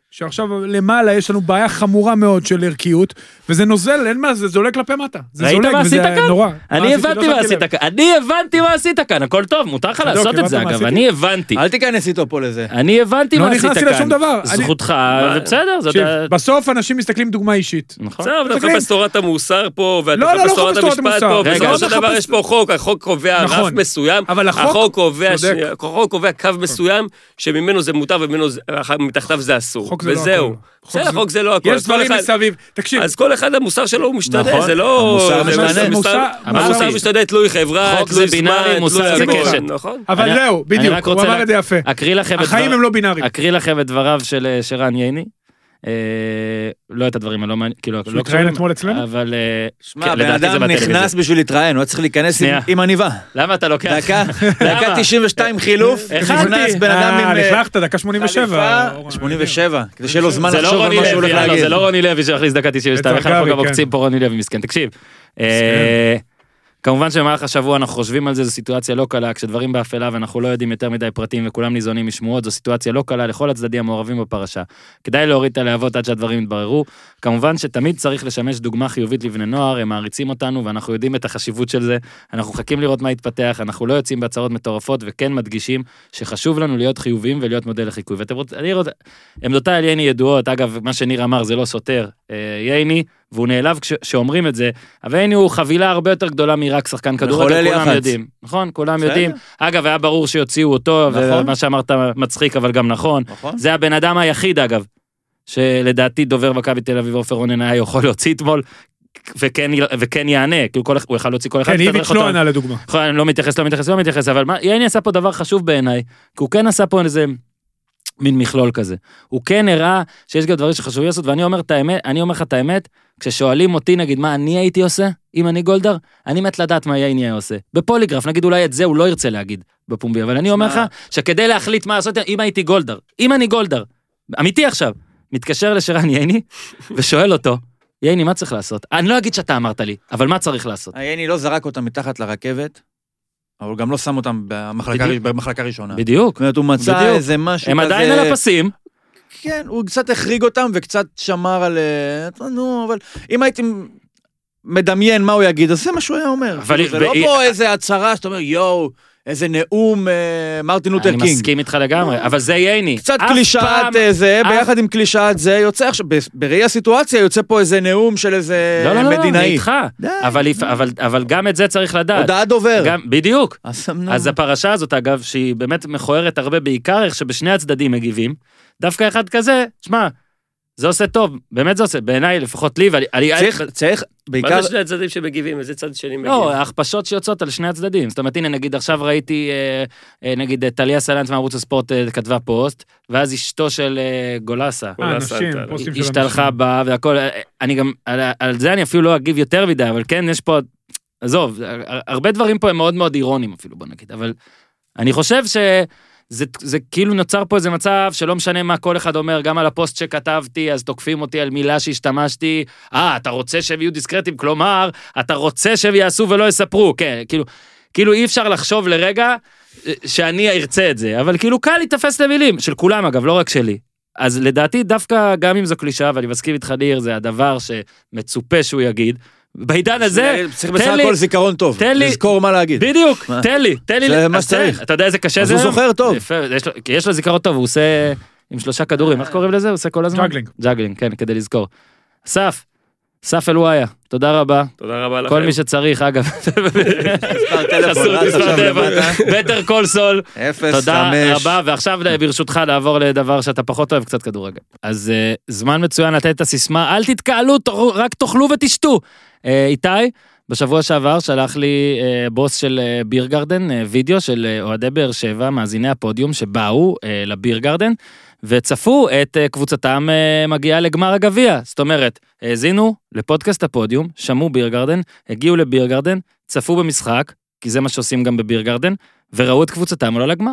שעכשיו למעלה יש לנו בעיה חמורה מאוד של ערכיות, וזה נוזל, אין מה, זה זולג כלפי מטה. זה זולג וזה נורא. אני הבנתי מה עשית כאן, אני הבנתי מה עשית כאן, הכל טוב, מותר לך לעשות את זה אגב, אני הבנתי. אל תיכנס איתו פה לזה. אני הבנתי מה עשית כאן. לא נכנסתי לשום דבר. זכותך, ובסדר. בסוף אנשים מסתכלים דוגמה אישית. בסדר, אתה מחפש תורת המוסר פה, ואתה לא, לא, מחפש לא תורת מחפש תורת המשפט המוסר. פה, רגע, בסופו של דבר יש פה חוק, החוק קובע רף נכון. מסוים, אבל החוק- החוק קובע צודק. שנייה, החוק קובע קו מסוים, שממנו זה מותר ומתחתיו זה אסור. חוק זה לא וזהו. הכל. בסדר, חוק זה לא הכל. יש אז כל דברים אחד- מסביב. תקשיב, אז כל אחד המוסר שלו הוא משתנה, נכון. זה לא... המוסר זה- משתנה. המוסר- מוסר- המוסר מוסר- משתנה תלוי חברה, חוק תלוי זה בינארי, זמן, מוסר תלוי זה הכל, קשת. נכון? אבל אני- זהו, אני בדיוק, רק הוא רוצה אמר לה- את זה יפה. אקריא לכם את החיים דבר- הם לא בינאריים. אקריא לכם את דבריו של אה, שרן ייני, אה, לא את הדברים, אני לא מעניין, כאילו, שהוא לא התראיין קשורים, אתמול אצלנו? אבל אה, שמע, כן, בן לדעתי זה אדם בטלוויזיה. נכנס בשביל להתראיין, הוא היה צריך להיכנס עם- שנייה. עם עניבה. למה אתה לוקח? דקה, למה? דקה תשעים ושתיים חילוף, הכנתי. נכנס בן אדם אה, עם... אה, לכלכת, דקה שמונים ושבע. חליפה, שמונים ושבע, כדי שיהיה לו זמן זה לא לחשוב על רוני מה שהוא לוי, הולך הלו, להגיד. זה לא רוני לוי שהכניס דקה תשעים ושתיים, איך אנחנו גבי, גם כן. עוקצים פה רוני לוי, מסכן, תקשיב. אה, כמובן שבמהלך השבוע אנחנו חושבים על זה, זו סיטואציה לא קלה, כשדברים באפלה ואנחנו לא יודעים יותר מדי פרטים וכולם ניזונים משמועות, זו סיטואציה לא קלה לכל הצדדים המעורבים בפרשה. כדאי להוריד את הלהבות עד שהדברים יתבררו. כמובן שתמיד צריך לשמש דוגמה חיובית לבני נוער, הם מעריצים אותנו ואנחנו יודעים את החשיבות של זה, אנחנו מחכים לראות מה יתפתח, אנחנו לא יוצאים בהצהרות מטורפות וכן מדגישים שחשוב לנו להיות חיוביים ולהיות מודל לחיקוי. ואתם רוצים, אני רוצה, עמדותיי על ייני ידועות, אגב, מה שניר אמר זה לא סותר, אה, ייני, והוא נעלב כש, שאומרים את זה, אבל ייני הוא חבילה הרבה יותר גדולה מרק שחקן כדורגל, כולם יח"צ. יודעים, נכון? כולם בסדר. יודעים. אגב, היה ברור שיוציאו אותו, נכון. ומה שאמרת מצחיק, אבל גם נכון. נכון? זה הבן אדם היחיד, אגב, שלדעתי דובר מכבי תל אביב עופר רונן היה יכול להוציא אתמול, וכן, וכן יענה, כאילו כל, הוא יכול להוציא כל אחד. כן, תדרך איביץ' אותו. לא ענה לדוגמה. נכון, אני לא מתייחס, לא מתייחס, לא מתייחס, אבל מה, ייני עשה פה דבר חשוב בעיניי, כי הוא כן עשה פה איזה מין מכלול כזה. הוא כן הראה שיש גם דברים שחשוב לעשות, ואני אומר את האמת, אני אומר לך את האמת, כששואלים אותי, נגיד, מה אני הייתי עושה, אם אני גולדר, אני מת לדעת מה ייני היה עושה. בפוליגרף, נגיד, אולי את זה הוא לא ירצה להגיד בפומבי, אבל אני אומר לך, שכדי להחליט מה לעשות, אם הייתי גולדר, אם אני גולדר, אמיתי עכשיו, מתקשר לשרן ייני, ושואל אותו, ייני, מה צריך לעשות? אני לא אגיד שאתה אמרת לי, אבל מה צריך לעשות? ייני לא זרק אותם מתחת לרכבת, אבל גם לא שם אותם במחלקה, בדיוק. במחלקה ראשונה. בדיוק. זאת אומרת, הוא מצא בדיוק. איזה משהו הם כזה... עדיין על הפסים, כן, הוא קצת החריג אותם וקצת שמר על... אה, נו, אבל אם הייתי מדמיין מה הוא יגיד, אז זה מה שהוא היה אומר. אבל- כאילו, זה לא והיא- פה איזה הצהרה שאתה אומר, יואו, איזה נאום אה, מרטין לותר אני קינג. מסכים איתך לגמרי, אבל זה ייני. קצת אף קלישאת פעם- אה, זה, אף- ביחד עם קלישאת זה, יוצא עכשיו, ב- בראי הסיטואציה יוצא פה איזה נאום של איזה לא, לא, לא, אני מדינאי. איתך, די, אבל, די. לפ- אבל, אבל גם את זה צריך לדעת. הודעת דובר. גם, בדיוק. אז נו. אז הפרשה הזאת, אגב, שהיא באמת מכוערת הרבה, בעיקר איך שבשני הצדדים מגיבים, דווקא אחד כזה, שמע, זה עושה טוב, באמת זה עושה, בעיניי, לפחות לי, ואני... אני- צריך, צריך, בעיקר... מה זה שני הצדדים שמגיבים? איזה צד שני מגיב? לא, ההכפשות שיוצאות על שני הצדדים. זאת אומרת, הנה, נגיד, עכשיו ראיתי, אה, אה, נגיד, אה, טליה סלנט מערוץ הספורט אה, כתבה פוסט, ואז אשתו של אה, גולסה, אה, גולסה, אנשים, אתה- פוסטים של השתלחה אנשים. בה והכל, אה, אני גם, על, על זה אני אפילו לא אגיב יותר מדי, אבל כן, יש פה, עזוב, הרבה דברים פה הם מאוד מאוד אירוניים אפילו, בוא נגיד, אבל אני חושב ש... זה, זה כאילו נוצר פה איזה מצב שלא משנה מה כל אחד אומר, גם על הפוסט שכתבתי, אז תוקפים אותי על מילה שהשתמשתי, אה, אתה רוצה שהם יהיו דיסקרטיים, כלומר, אתה רוצה שהם יעשו ולא יספרו, כן, כאילו, כאילו אי אפשר לחשוב לרגע שאני ארצה את זה, אבל כאילו קל להתאפס למילים, של כולם אגב, לא רק שלי. אז לדעתי דווקא גם אם זו קלישה, ואני מסכים איתך ניר, זה הדבר שמצופה שהוא יגיד, בעידן הזה, צריך תן בסך לי- הכל זיכרון טוב. תן לי- לזכור מה להגיד. בדיוק, מה? תן לי, תן לי, זה מה אז תן, שצריך. אתה יודע איזה קשה אז זה? הוא היום? זוכר טוב. יפה, יש לו- כי יש לו זיכרון טוב, הוא עושה עם שלושה כדורים, איך קוראים לזה? הוא עושה כל הזמן? ג'אגלינג. ג'אגלינג, כן, כדי לזכור. אסף, אסף אלוואיה, תודה רבה. תודה רבה לכם. כל מי שצריך, אגב. מספר טלפון, חסות רץ מספר עכשיו טלפון. למטה. בטר קול סול. אפס, תודה חמש. רבה, ועכשיו ברשותך לעבור לדבר שאתה פחות אוהב, קצת כדורגל. אז אה, זמן מצוין לתת את הסיסמה, אל תתקהלו, תאכלו- רק תאכלו ותשתו. אה, איתי, בשבוע שעבר שלח לי אה, בוס של אה, ביר גרדן, אה, וידאו של אה, אוהדי באר שבע, מאזיני הפודיום, שבאו אה, לביר גרדן, וצפו את אה, קבוצתם אה, מגיעה לגמר הגביע. זאת אומרת, האזינו לפודקאסט הפודיום, שמעו ביר גרדן, הגיעו לביר גרדן, צפו במשחק, כי זה מה שעושים גם בביר גרדן, וראו את קבוצתם עולה לגמר.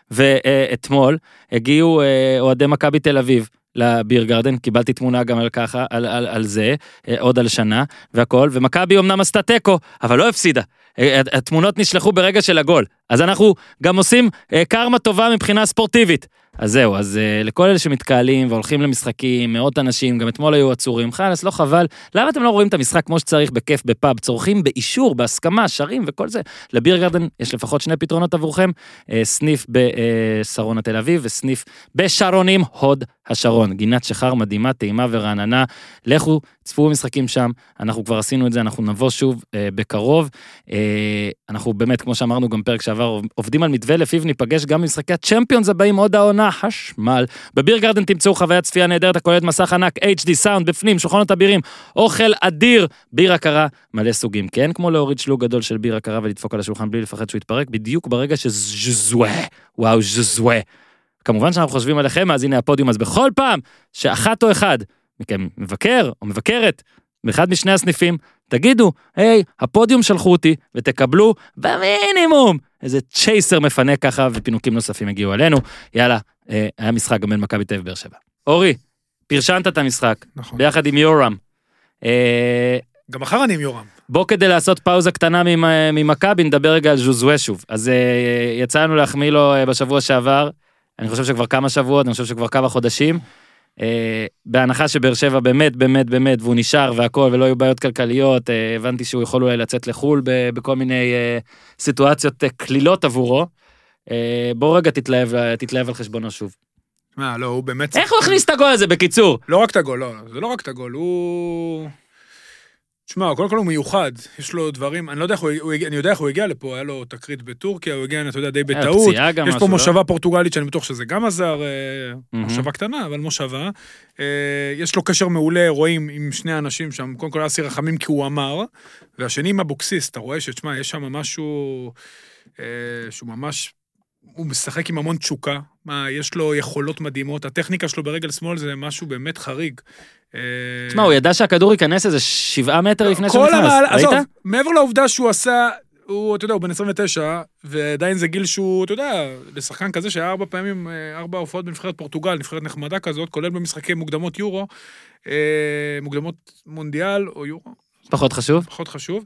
ואתמול הגיעו אה, אוהדי מכבי תל אביב לביר גרדן, קיבלתי תמונה גם על ככה, על, על, על זה, אה, עוד על שנה, והכל, ומכבי אמנם עשתה תיקו, אבל לא הפסידה. אה, התמונות נשלחו ברגע של הגול, אז אנחנו גם עושים אה, קרמה טובה מבחינה ספורטיבית. אז זהו, אז uh, לכל אלה שמתקהלים והולכים למשחקים, מאות אנשים, גם אתמול היו עצורים, חלס, לא חבל, למה אתם לא רואים את המשחק כמו שצריך בכיף בפאב, צורכים באישור, בהסכמה, שרים וכל זה, לביר גרדן יש לפחות שני פתרונות עבורכם, uh, סניף בשרון התל אביב, וסניף בשרונים, הוד השרון, גינת שחר מדהימה, טעימה ורעננה, לכו, צפו במשחקים שם, אנחנו כבר עשינו את זה, אנחנו נבוא שוב uh, בקרוב, uh, אנחנו באמת, כמו שאמרנו גם פרק שעבר, עובדים על מתווה לפיו, ניפגש גם במשחקי הצ'מפיונס הבאים עוד העונה, חשמל. בביר גרדן תמצאו חוויית צפייה נהדרת, הכוללת מסך ענק, אייץ' די סאונד בפנים, שולחנות אבירים, אוכל אדיר, בירה קרה, מלא סוגים, כן? כמו להוריד שלוג גדול של בירה קרה ולדפוק על השולחן בלי לפחד שהוא יתפרק, בדיוק ברגע שז'זווה, וואו, ז'זווה. כמובן שאנחנו חושבים עליכם, אז הנה הפודיום, אז בכל פעם שאחת או אחד מכם מבקר או מבקרת באחד משני הסניפים, תגידו, היי, הפודיום שלחו אותי, ותקבלו במינימום איזה צ'ייסר מפנה ככה, ופינוקים נוספים הגיעו עלינו. יאללה, אה, היה משחק גם בין מכבי תל אביב באר שבע. אורי, פרשנת את המשחק, נכון. ביחד עם יורם. אה, גם מחר אני עם יורם. בוא כדי לעשות פאוזה קטנה ממכבי, נדבר רגע על ז'וזווה שוב. אז אה, יצאנו להחמיא לו אה, בשבוע שעבר, אני חושב שכבר כמה שבועות, אני חושב שכבר כמה חודשים, Uh, בהנחה שבאר שבע באמת, באמת, באמת, והוא נשאר והכל, ולא היו בעיות כלכליות, uh, הבנתי שהוא יכול אולי לצאת לחול ב- בכל מיני uh, סיטואציות uh, כלילות עבורו. Uh, בוא רגע תתלהב, תתלהב על חשבונו שוב. מה, לא, הוא באמת... איך הוא הכניס את הגול הזה, בקיצור? לא רק את הגול, לא, זה לא רק את הגול, הוא... תשמע, קודם כל הוא מיוחד, יש לו דברים, אני לא יודע איך הוא, אני יודע איך הוא הגיע לפה, היה לו תקרית בטורקיה, הוא הגיע, אתה יודע, די בטעות, יש פה מושבה פורטוגלית שאני בטוח שזה גם עזר, מושבה קטנה, אבל מושבה, יש לו קשר מעולה, רואים עם שני אנשים שם, קודם כל אסי רחמים כי הוא אמר, והשני עם אבוקסיס, אתה רואה שתשמע, יש שם משהו, שהוא ממש, הוא משחק עם המון תשוקה, מה, יש לו יכולות מדהימות, הטכניקה שלו ברגל שמאל זה משהו באמת חריג. תשמע, הוא ידע שהכדור ייכנס איזה שבעה מטר לפני שנכנס, ראית? מעבר לעובדה שהוא עשה, הוא, אתה יודע, הוא בן עשרים ותשע, ועדיין זה גיל שהוא, אתה יודע, לשחקן כזה שהיה ארבע פעמים, ארבע הופעות בנבחרת פורטוגל, נבחרת נחמדה כזאת, כולל במשחקי מוקדמות יורו, מוקדמות מונדיאל או יורו. פחות חשוב? פחות חשוב.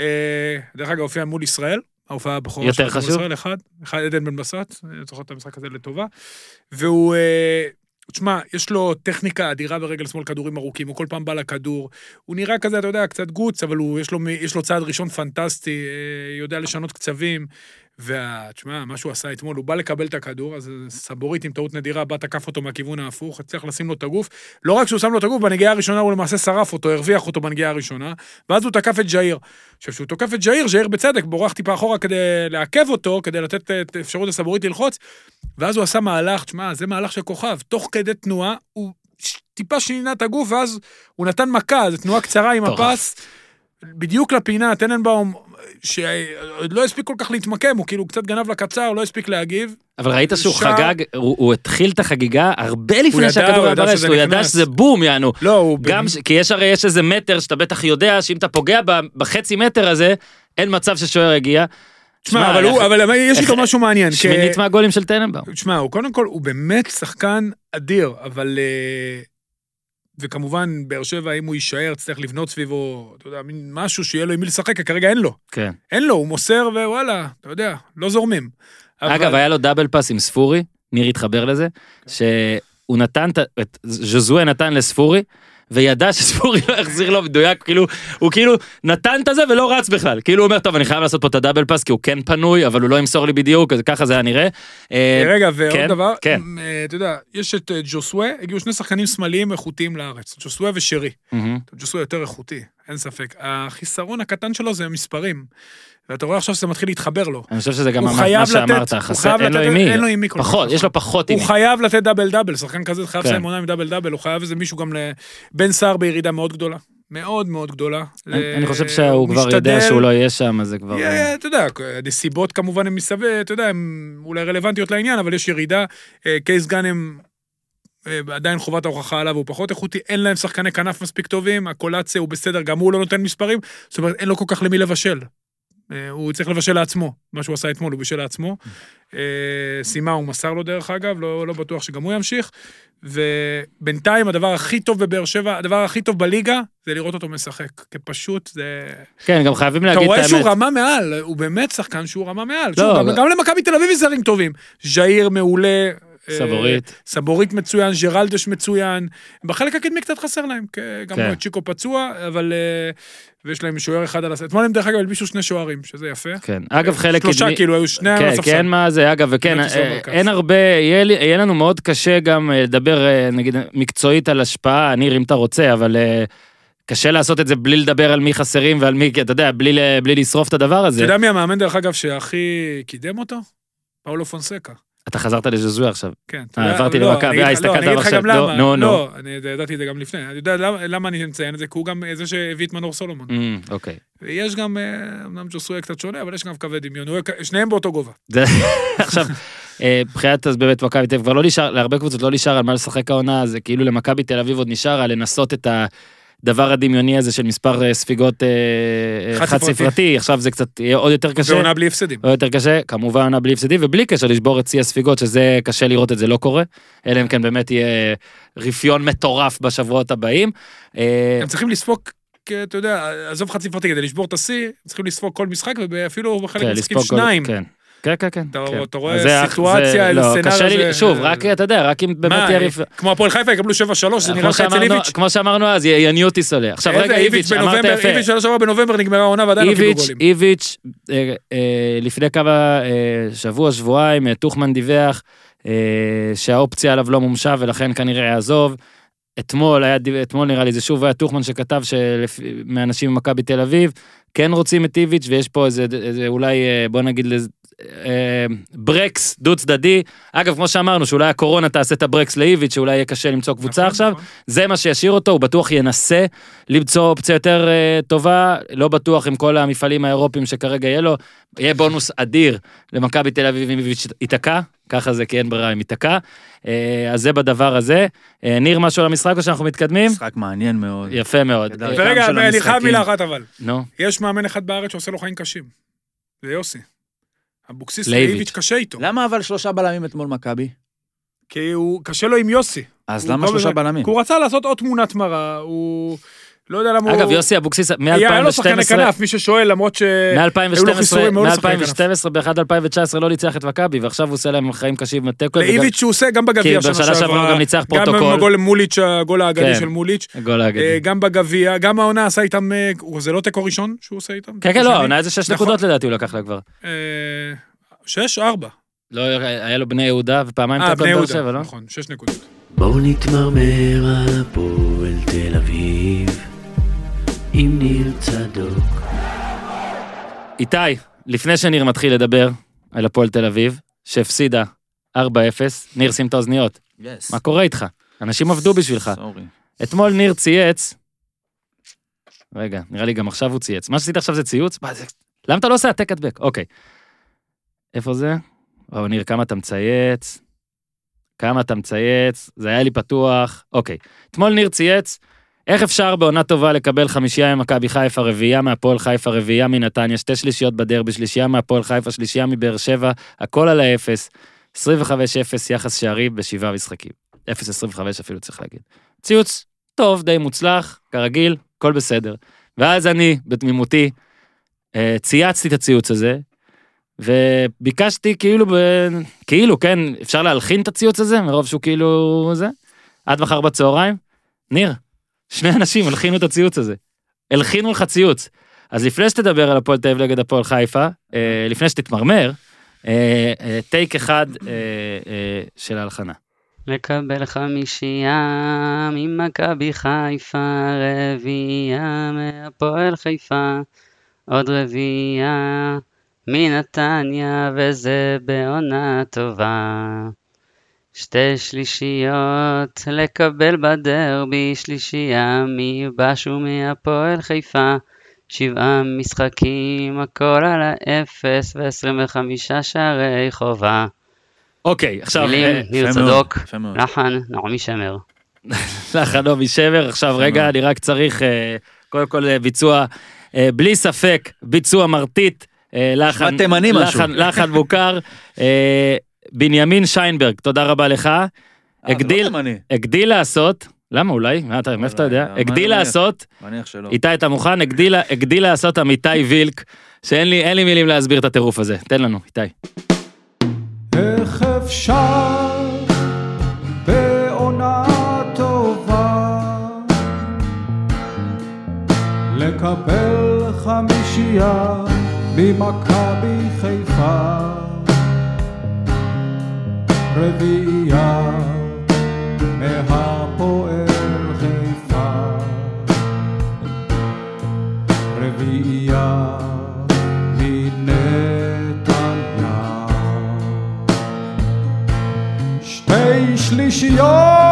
דרך אגב, הופיע מול ישראל, ההופעה הבכורה יותר חשוב? ישראל, אחד, אחד עדן בן בסט, זוכר את המשחק הזה לטובה, והוא, תשמע, יש לו טכניקה אדירה ברגל שמאל כדורים ארוכים, הוא כל פעם בא לכדור, הוא נראה כזה, אתה יודע, קצת גוץ, אבל הוא, יש לו, יש לו צעד ראשון פנטסטי, יודע לשנות קצבים, ותשמע, מה שהוא עשה אתמול, הוא בא לקבל את הכדור, אז סבורית עם טעות נדירה, בא תקף אותו מהכיוון ההפוך, הצליח לשים לו את הגוף, לא רק שהוא שם לו את הגוף, בנגיעה הראשונה הוא למעשה שרף אותו, הרוויח אותו בנגיעה הראשונה, ואז הוא תקף את ג'איר. עכשיו, שהוא תוקף את ג'איר, ג'איר בצדק, בורח טיפה אחורה כדי לעכב אותו, כדי לתת את אפשרות לסבורית ללחוץ, ואז הוא עשה מהלך, תשמע, זה מהלך של כוכב, תוך כדי תנועה, הוא טיפה שינה את הגוף, ואז הוא נתן מכה, זו תנועה קצרה עם הפס, בדיוק לפינה, טננבאום, שלא הספיק כל כך להתמקם, הוא כאילו קצת גנב לקצר, לא הספיק להגיב. אבל ראית שהוא חגג, הוא התחיל את החגיגה הרבה לפני שהכדור היה ברשת, הוא ידע שזה בום, יענו. כי יש הרי יש איזה מטר שאתה בטח יודע, שאם אתה פוגע בחצי מטר הזה, אין מצב ששוער הגיע. תשמע, אבל יש איתו משהו מעניין. שמינית מהגולים של טננבאום. תשמע, הוא קודם כל, הוא באמת שחקן אדיר, אבל... וכמובן, באר שבע, אם הוא יישאר, צריך לבנות סביבו, אתה יודע, משהו שיהיה לו עם מי לשחק, כרגע אין לו. כן. אין לו, הוא מוסר ווואלה, אתה יודע, לא זורמים. אגב, אבל... היה לו דאבל פאס עם ספורי, ניר התחבר לזה, שהוא נתן, את ז'וזווה נתן לספורי, וידע שספורי לא יחזיר לו מדויק, כאילו, הוא כאילו נתן את זה ולא רץ בכלל, כאילו הוא אומר, טוב, אני חייב לעשות פה את הדאבל פאס, כי הוא כן פנוי, אבל הוא לא ימסור לי בדיוק, אז ככה זה היה נראה. רגע, ועוד דבר, אתה יודע, יש את ג'וסווה, הגיעו שני שחקנים שמאליים איכותיים לארץ, ג'וסווה ושרי. ג'וסווה יותר איכותי, אין ספק. החיסרון הקטן שלו זה המספרים. ואתה רואה עכשיו שזה מתחיל להתחבר לו. אני חושב שזה גם מה שאמרת, אין לו עם מי. פחות, יש לו פחות עם מי. הוא חייב לתת דאבל דאבל, שחקן כזה חייב לסיים עונה עם דאבל דאבל, הוא חייב איזה מישהו גם לבן סער בירידה מאוד גדולה. מאוד מאוד גדולה. אני חושב שהוא כבר יודע שהוא לא יהיה שם, אז זה כבר... אתה יודע, נסיבות כמובן הם מסביב, אתה יודע, הם אולי רלוונטיות לעניין, אבל יש ירידה, קייס גאנם עדיין חובת ההוכחה עליו, הוא פחות איכותי, אין להם שחקני כנף מספיק טובים, הקולציה הוא בסדר, גם הוא לא נותן מספרים, זאת אומרת, אין לו כל כך למי לבשל. הוא צריך לבשל לעצמו, מה שהוא עשה אתמול, הוא בישל לעצמו. סימה הוא מסר לו דרך אגב, לא, לא בטוח שגם הוא ימשיך, ובינתיים הדבר הכי טוב בבאר שבע, הדבר הכי טוב בליגה, זה לראות אותו משחק, כי פשוט זה... כן, גם חייבים להגיד את האמת. אתה רואה שהוא רמה מעל, הוא באמת שחקן שהוא רמה מעל, לא, שוב, גם, אבל... גם למכבי תל אביב זרים טובים, ז'איר מעולה, סבורית. סבורית מצוין, ג'רלדש מצוין, בחלק הקדמי קצת חסר להם, גם כן. צ'יקו פצוע, אבל... ויש להם שוער אחד על הספסל. אתמול הם דרך אגב הלבישו שני שוערים, שזה יפה. כן, אגב חלק... שלושה כאילו, היו שני על הספסל. כן, מה זה, אגב, וכן, אין הרבה, יהיה לנו מאוד קשה גם לדבר, נגיד, מקצועית על השפעה, ניר, אם אתה רוצה, אבל קשה לעשות את זה בלי לדבר על מי חסרים ועל מי, אתה יודע, בלי לשרוף את הדבר הזה. אתה יודע מי המאמן דרך אגב שהכי קידם אותו? פאולו פונסקה. אתה חזרת לז'זוי עכשיו. כן. עברתי למכבי, הסתכלת אני אגיד לך גם למה. נו, נו. לא, אני ידעתי את זה גם לפני. אני יודע למה אני מציין את זה, כי הוא גם זה שהביא את מנור סולומון. אוקיי. ויש גם, אמנם ג'וסוי קצת שונה, אבל יש גם קווי דמיון. שניהם באותו גובה. עכשיו, בחיית אז באמת מכבי תל אביב, כבר לא נשאר, להרבה קבוצות לא נשאר על מה לשחק העונה, זה כאילו למכבי תל אביב עוד נשאר על לנסות את ה... דבר הדמיוני הזה של מספר ספיגות חד ספרתי, עכשיו זה קצת יהיה עוד יותר קשה. ועונה בלי הפסדים. עוד יותר קשה, כמובן עונה בלי הפסדים, ובלי קשר לשבור את שיא הספיגות, שזה קשה לראות את זה לא קורה, אלא אם כן באמת יהיה רפיון מטורף בשבועות הבאים. הם צריכים לספוג, אתה יודע, עזוב חד ספרתי, כדי לשבור את השיא, צריכים לספוג כל משחק, ואפילו בחלק משחקים שניים. כן. כן, כן, כן. אתה רואה סיטואציה, איזה סצנריו. שוב, רק, אתה יודע, רק אם באמת יהיה... כמו הפועל חיפה יקבלו שבע שלוש, זה נראה לך אצל איביץ'. כמו שאמרנו אז, יניוטיס עולה. עכשיו רגע, איביץ', אמרת יפה. איביץ' שלוש שבוע בנובמבר נגמרה העונה ועדיין לא קיבלו גולים. איביץ', לפני כמה שבוע, שבועיים, תוכמן דיווח שהאופציה עליו לא מומשה, ולכן כנראה יעזוב. אתמול, אתמול נראה לי, זה שוב היה תוכמן שכתב מאנשים ממכבי תל אביב, כן רוצים את איביץ' ויש פה איזה, אולי, בוא נגיד, ברקס דו צדדי, אגב כמו שאמרנו שאולי הקורונה תעשה את הברקס לאיביץ' שאולי יהיה קשה למצוא קבוצה עכשיו, זה מה שישאיר אותו, הוא בטוח ינסה למצוא אופציה יותר טובה, לא בטוח עם כל המפעלים האירופיים שכרגע יהיה לו, יהיה בונוס אדיר למכבי תל אביב אם איביץ' יתקע, ככה זה כי אין ברירה אם יתקע, אז זה בדבר הזה. ניר משהו על המשחק או שאנחנו מתקדמים? משחק מעניין מאוד. יפה מאוד. ורגע, אני חייב מילה אחת אבל, נו. יש מאמן אחד בארץ שעושה לו חיים קשים, זה יוסי. אבוקסיס לאיביץ' קשה איתו. למה אבל שלושה בלמים אתמול מכבי? כי הוא קשה לו עם יוסי. אז למה שלושה בלמים? כי הוא רצה לעשות עוד תמונת מראה, הוא לא יודע למה הוא... אגב, יוסי אבוקסיס מ-אלפיים ושתים עשרה... היה לו שחקני כנף, מי ששואל, למרות שהיו לו חיסורים מאוד לשחקני כנף. מ-אלפיים ושתים עשרה באחד אלפיים תשע עשרה לא ניצח את מכבי, ועכשיו הוא עושה להם חיים קשים מתיקו. לאיביץ' שהוא עושה גם בגביע שנה שעברה. גם ניצח פרוטוקול. גם בגול מוליץ', הגול האגדי של מוליץ'. גם בגביע, גם העונה עשה איתם... זה לא תיקו ראשון שהוא עושה איתם? כן, כן, לא, העונה איזה שש נקודות לדעתי הוא לקח לה כבר. שש, ארבע. לא, היה לו בני יהודה ופעמיים תקות באר שבע, לא? נכון, שש נקודות. בואו נתמרמר על הפועל תל אביב, עם ניר צדוק. איתי, לפני שניר מתחיל לדבר על הפועל תל אביב, שהפסידה ארבע אפס, ניר שים את האוזניות. Yes. מה קורה איתך? אנשים עבדו בשבילך. Sorry. אתמול ניר צייץ, רגע, נראה לי גם עכשיו הוא צייץ. מה שעשית עכשיו זה ציוץ? למה אתה לא עושה העתק הדבק? אוקיי. איפה זה? או ניר, כמה אתה מצייץ? כמה אתה מצייץ? זה היה לי פתוח. אוקיי. אתמול ניר צייץ, איך אפשר בעונה טובה לקבל חמישייה ממכבי חיפה, רביעייה מהפועל חיפה, רביעייה מנתניה, שתי שלישיות בדרבי, שלישייה מהפועל חיפה, שלישייה מבאר שבע, הכל על האפס, עשרים וחמש אפס יחס שערים בשבעה משחקים. אפס עשרים וחמש אפילו צריך להגיד. ציוץ, טוב, די מוצלח, כרגיל, הכל בסדר. ואז אני, בתמימותי, צייצתי את הציוץ הזה, וביקשתי כאילו, ב... כאילו, כן, אפשר להלחין את הציוץ הזה, מרוב שהוא כאילו זה, עד מחר בצהריים, ניר, שני אנשים הלחינו את הציוץ הזה, הלחינו לך ציוץ, אז לפני שתדבר על הפועל תל אביב נגד הפועל חיפה, אה, לפני שתתמרמר, אה, אה, טייק אחד אה, אה, של ההלחנה. לקבל חמישייה ממכבי חיפה, רביעייה מהפועל חיפה, עוד רביעייה מנתניה, וזה בעונה טובה. שתי שלישיות לקבל בדרבי, שלישייה מבש ומהפועל חיפה, שבעה משחקים, הכל על האפס, ועשרים וחמישה שערי חובה. אוקיי, עכשיו... מילים, ניר צדוק, לחן, נעמי שמר. לחן, נעמי שמר, עכשיו רגע, אני רק צריך, קודם כל ביצוע, בלי ספק, ביצוע מרטיט, לחן, תימני משהו. לחן, לחן מוכר, בנימין שיינברג, תודה רבה לך, הגדיל, הגדיל לעשות, למה אולי? מאיפה אתה יודע? הגדיל לעשות, איתי אתה מוכן, הגדיל לעשות אמיתי וילק, שאין לי, אין לי מילים להסביר את הטירוף הזה, תן לנו, איתי. איך אפשר בעונה טובה לקבל חמישייה ממכבי חיפה, רביעייה מהפועל חיפה, רביעייה מנתניה, שתי שלישיות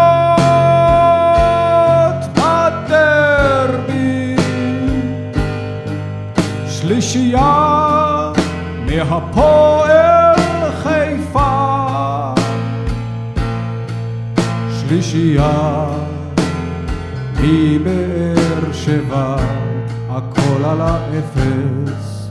בדרבי, שלישייה מהפועל חיפה, שלישייה מבאר שבע, הכל על האפס,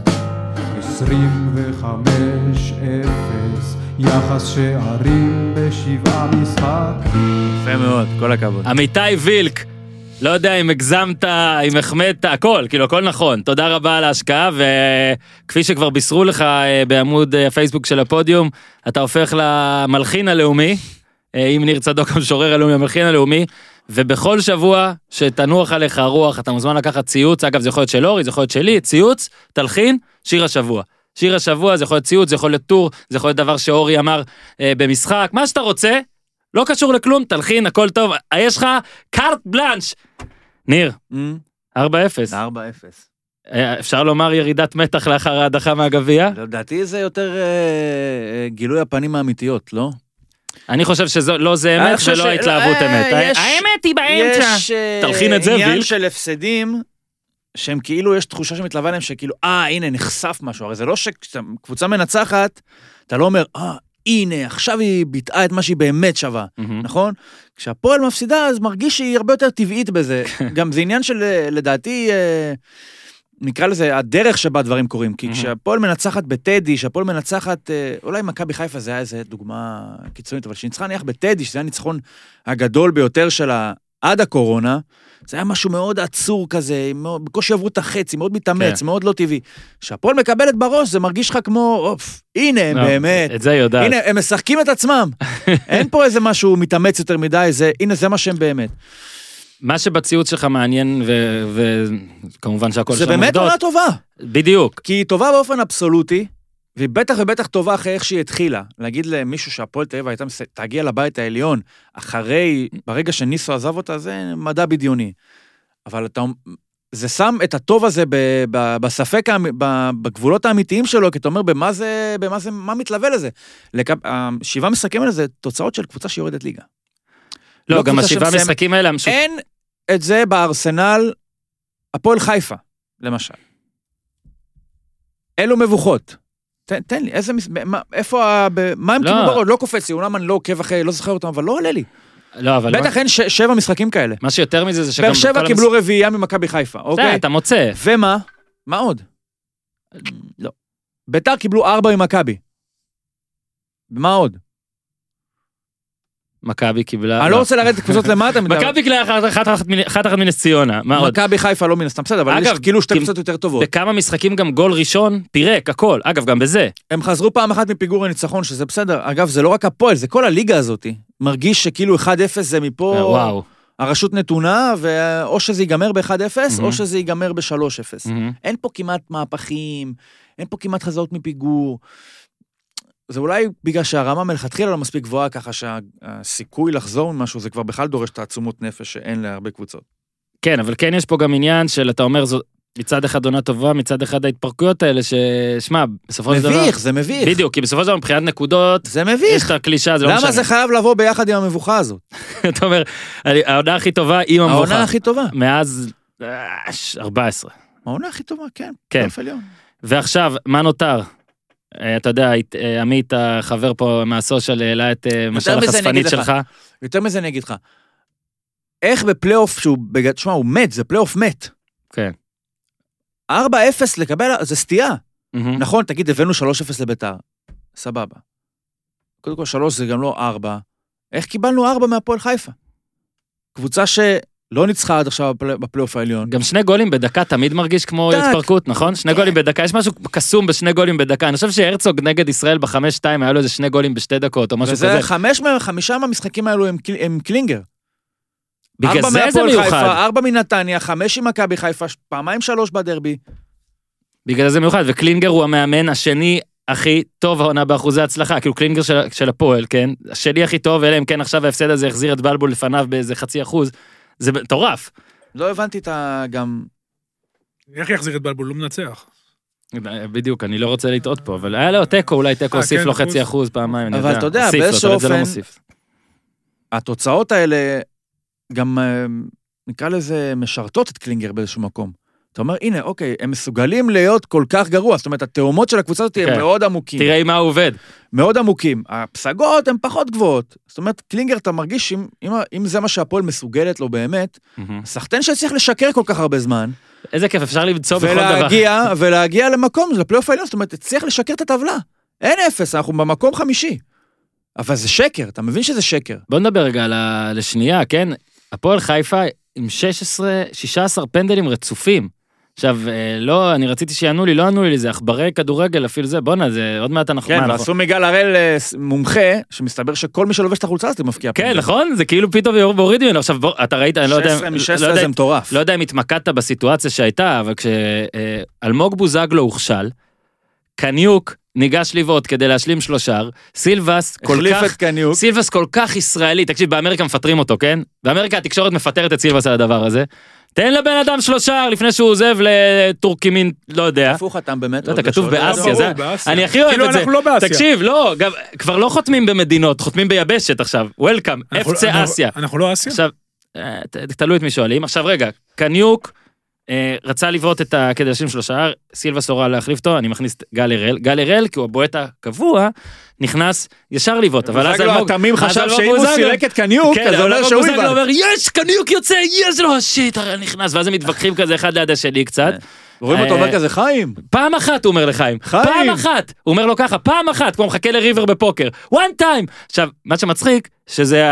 עשרים וחמש אפס, יחס שערים בשבעה משחקים. יפה מאוד, כל הכבוד. אמיתי וילק, לא יודע אם הגזמת, אם החמדת, הכל, כאילו הכל נכון. תודה רבה על ההשקעה, וכפי שכבר בישרו לך בעמוד הפייסבוק של הפודיום, אתה הופך למלחין הלאומי, עם ניר צדוק המשורר הלאומי, המלחין הלאומי, ובכל שבוע שתנוח עליך הרוח, אתה מוזמן לקחת ציוץ, אגב זה יכול להיות של אורי, זה יכול להיות שלי, ציוץ, תלחין, שיר השבוע. שיר השבוע, זה יכול להיות ציוץ, זה יכול להיות טור, זה יכול להיות דבר שאורי אמר אה, במשחק, מה שאתה רוצה, לא קשור לכלום, תלחין, הכל טוב, יש לך קארט בלנש. ניר, ארבע אפס. ארבע אפס. אפשר לומר ירידת מתח לאחר ההדחה מהגביע? לדעתי זה יותר אה, גילוי הפנים האמיתיות, לא? אני חושב שלא זה אמת ולא ההתלהבות אמת. האמת היא באמצע. תלחין את זה, וילק. יש עניין של הפסדים, שהם כאילו, יש תחושה שמתלווה להם שכאילו, אה, הנה, נחשף משהו. הרי זה לא שקבוצה מנצחת, אתה לא אומר, אה, הנה, עכשיו היא ביטאה את מה שהיא באמת שווה, נכון? כשהפועל מפסידה, אז מרגיש שהיא הרבה יותר טבעית בזה. גם זה עניין של, לדעתי, נקרא לזה, הדרך שבה דברים קורים. כי כשהפועל מנצחת בטדי, כשהפועל מנצחת, אולי מכבי חיפה זה היה איזו דוגמה קיצונית, אבל שניצחה נניח בטדי, שזה היה הניצחון הגדול ביותר שלה עד הקורונה, זה היה משהו מאוד עצור כזה, בקושי עברו את החצי, מאוד מתאמץ, מאוד לא טבעי. כשהפועל מקבלת בראש, זה מרגיש לך כמו, אוף, הנה הם באמת. את זה יודעת. הנה, הם משחקים את עצמם. אין פה איזה משהו מתאמץ יותר מדי, הנה זה מה שהם באמת. מה שבציוץ שלך מעניין, וכמובן שהכל זה באמת עונה טובה. בדיוק. כי היא טובה באופן אבסולוטי, ובטח ובטח טובה אחרי איך שהיא התחילה. להגיד למישהו שהפועל תל אביב הייתה תגיע לבית העליון, אחרי, ברגע שניסו עזב אותה, זה מדע בדיוני. אבל אתה, זה שם את הטוב הזה בספק, בגבולות האמיתיים שלו, כי אתה אומר, במה זה, במה זה, מה מתלווה לזה? שבעה משחקים האלה זה תוצאות של קבוצה שיורדת ליגה. לא, גם השבעה משחקים האלה... אין את זה בארסנל, הפועל חיפה, למשל. אלו מבוכות. תן, תן לי, איזה, מה, איפה, מה הם קיבלו בראש? לא קופץ לי, אולם אני לא עוקב אחרי, לא זוכר אותם, אבל לא עולה לי. לא, אבל... בטח אין שבע משחקים כאלה. מה שיותר מזה זה שגם... באר שבע קיבלו רביעייה ממכבי חיפה, אוקיי? אתה מוצא. ומה? מה עוד? לא. ביתר קיבלו ארבע ממכבי. ומה עוד? מכבי קיבלה... אני לא רוצה לרדת קבוצות למטה. מכבי קיבלה אחת אחת מנס ציונה. מכבי חיפה לא מן הסתם, בסדר, אבל יש כאילו שתי קבוצות יותר טובות. בכמה משחקים גם גול ראשון, פירק, הכל. אגב, גם בזה. הם חזרו פעם אחת מפיגור הניצחון, שזה בסדר. אגב, זה לא רק הפועל, זה כל הליגה הזאת. מרגיש שכאילו אחד אפס זה מפה... וואו. הרשות נתונה, או שזה ייגמר ב-אחד אפס, או שזה ייגמר ב-שלוש אפס. אין פה כמעט מהפכים, אין פה כמעט חזרות מפיגור. זה אולי בגלל שהרמה מלכתחילה לא מספיק גבוהה, ככה שהסיכוי לחזור ממשהו, זה כבר בכלל דורש תעצומות נפש שאין להרבה קבוצות. כן, אבל כן יש פה גם עניין של, אתה אומר, זו מצד אחד עונה טובה, מצד אחד ההתפרקויות האלה, ששמע, בסופו של דבר... מביך, זה מביך. בדיוק, כי בסופו של דבר מבחינת נקודות... זה מביך. יש את הקלישה, זה לא משנה. למה זה חייב לבוא ביחד עם המבוכה הזאת? אתה אומר, העונה הכי טובה עם המבוכה. העונה הכי טובה. מאז ארבע עשרה. העונה הכי טובה, כן. כן. ועכשיו, מה נותר? אתה יודע, עמית, החבר פה מהסושיאל, העלה את משל החשפנית שלך. יותר מזה אני אגיד לך. איך בפלייאוף שהוא, תשמע, הוא מת, זה פלייאוף מת. כן. ארבע אפס לקבל, זה סטייה. נכון, תגיד, הבאנו שלוש אפס לביתר. סבבה. קודם כל, שלוש זה גם לא ארבע. איך קיבלנו ארבע מהפועל חיפה? קבוצה שלא ניצחה עד עכשיו בפלייאוף העליון. גם שני גולים בדקה תמיד מרגיש כמו התפרקות, נכון? שני גולים בדקה, יש משהו קסום בשני גולים בדקה. אני חושב שהרצוג נגד ישראל בחמש שתיים, היה לו איזה שני גולים בשתי דקות, או משהו כזה. וזה חמש מחמישה מהמשחקים האלו הם קלינגר. בגלל זה זה מיוחד. ארבע מנתניה, חמש עם מכבי חיפה, פעמיים שלוש בדרבי. בגלל זה מיוחד, וקלינגר הוא המאמן השני הכי טוב העונה באחוזי הצלחה, כאילו קלינגר של, של הפועל, כן? השני הכי טוב, אלא אם כן עכשיו ההפסד הזה החזיר את בלבול לפניו באיזה חצי אחוז, זה מטורף. לא הבנתי את ה... גם... איך יחזיר את בלבול? לא מנצח. בדיוק, אני לא רוצה לטעות פה, אבל היה לו טקו, אולי טקו הוסיף לו חצי אחוז פעמיים, אבל אתה יודע, באיזשהו אופן, התוצאות האלה גם, נקרא לזה, משרתות את קלינגר באיזשהו מקום. אתה אומר, הנה, אוקיי, הם מסוגלים להיות כל כך גרוע, זאת אומרת, התאומות של הקבוצה הזאת הם מאוד עמוקים. תראה מה הוא עובד. מאוד עמוקים. הפסגות הן פחות גבוהות. זאת אומרת, קלינגר, אתה מרגיש, אם זה מה שהפועל מסוגלת לו באמת, סחטן שצריך לשקר כל כך הרבה זמן. איזה כיף, אפשר למצוא בכל דבר. ולהגיע למקום, לפלייאוף העליון, זאת אומרת, צריך לשקר את הטבלה. אין אפס, אנחנו במקום חמישי. אבל זה שקר, אתה מבין שזה שקר. בוא נדבר רגע לשנייה, כן? הפועל חיפה עם שש עשרה, שישה עשר פנדלים רצופים. עכשיו, לא, אני רציתי שיענו לי, לא ענו לי, זה עכברי כדורגל, אפילו זה, בוא'נה, זה עוד מעט אנחנו... כן, ועשו מיגל הראל מומחה, שמסתבר שכל מי שלובש את החולצה הזאת מפקיע. כן, נכון? זה כאילו פתאום בהוריד ממנו. עכשיו, בוא, אתה ראית, אני לא יודע... שש עשרה מ-שש עשרה זה מטורף. לא יודע אם התמקדת בסיטואציה שהייתה, אבל כשאלמוג בוזגלו הוכשל, קניוק ניגש לבעוט כדי להשלים שלושר, סילבס כל כך... סילבס כל כך ישראלי, תקשיב, באמריקה מפטרים אותו, כן? באמריקה התקשורת מפטרת את סילבס על הדבר הזה. תן לבן אדם שלושה לפני שהוא עוזב לטורקי מין, לא יודע. איפה הוא חתם באמת? אתה כתוב באסיה, אני הכי אוהב את זה. תקשיב, לא, כבר לא חותמים במדינות, חותמים ביבשת עכשיו. וולקאם, אפצה אסיה. אנחנו לא אסיה? עכשיו, תלוי את מי שואלים. עכשיו רגע, קניוק רצה לבעוט את כדי להשלים שלושה, סילבס הורה להחליף אותו, אני מכניס גל הראל. גל הראל, כי הוא הבועט הקבוע, נכנס ישר לבעוט, אבל אז אלמוג... התמים חשב שאם הוא סילק את קניוק, אז זה אומר שהוא יבעט. אומר, יש, קניוק יוצא, יש לו, שיט, הראל נכנס, ואז הם מתווכחים כזה אחד ליד השני קצת. רואים אותו אומר כזה, חיים. פעם אחת, הוא אומר לחיים. פעם אחת. הוא אומר לו ככה, פעם אחת, כמו מחכה לריבר בפוקר. one time. עכשיו, מה שמצחיק, שזה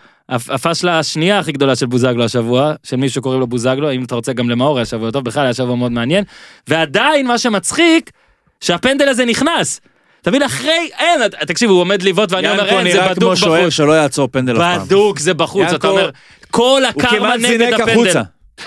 הפשלה השנייה הכי גדולה של בוזגלו השבוע, של מישהו קוראים לו בוזגלו, אם אתה רוצה גם למאור השבוע טוב, בכלל השבוע מאוד מעניין, ועדיין מה שמצחיק, שהפנדל הזה נכנס. תבין, אחרי, אין, תקשיב, הוא עומד לבעוט, ואני אומר, אין, זה בדוק בחוץ. שואל שלא יעצור פנדל אף פעם. בדוק, זה בחוץ, אתה אומר, כל הקרמה נגד הפנדל.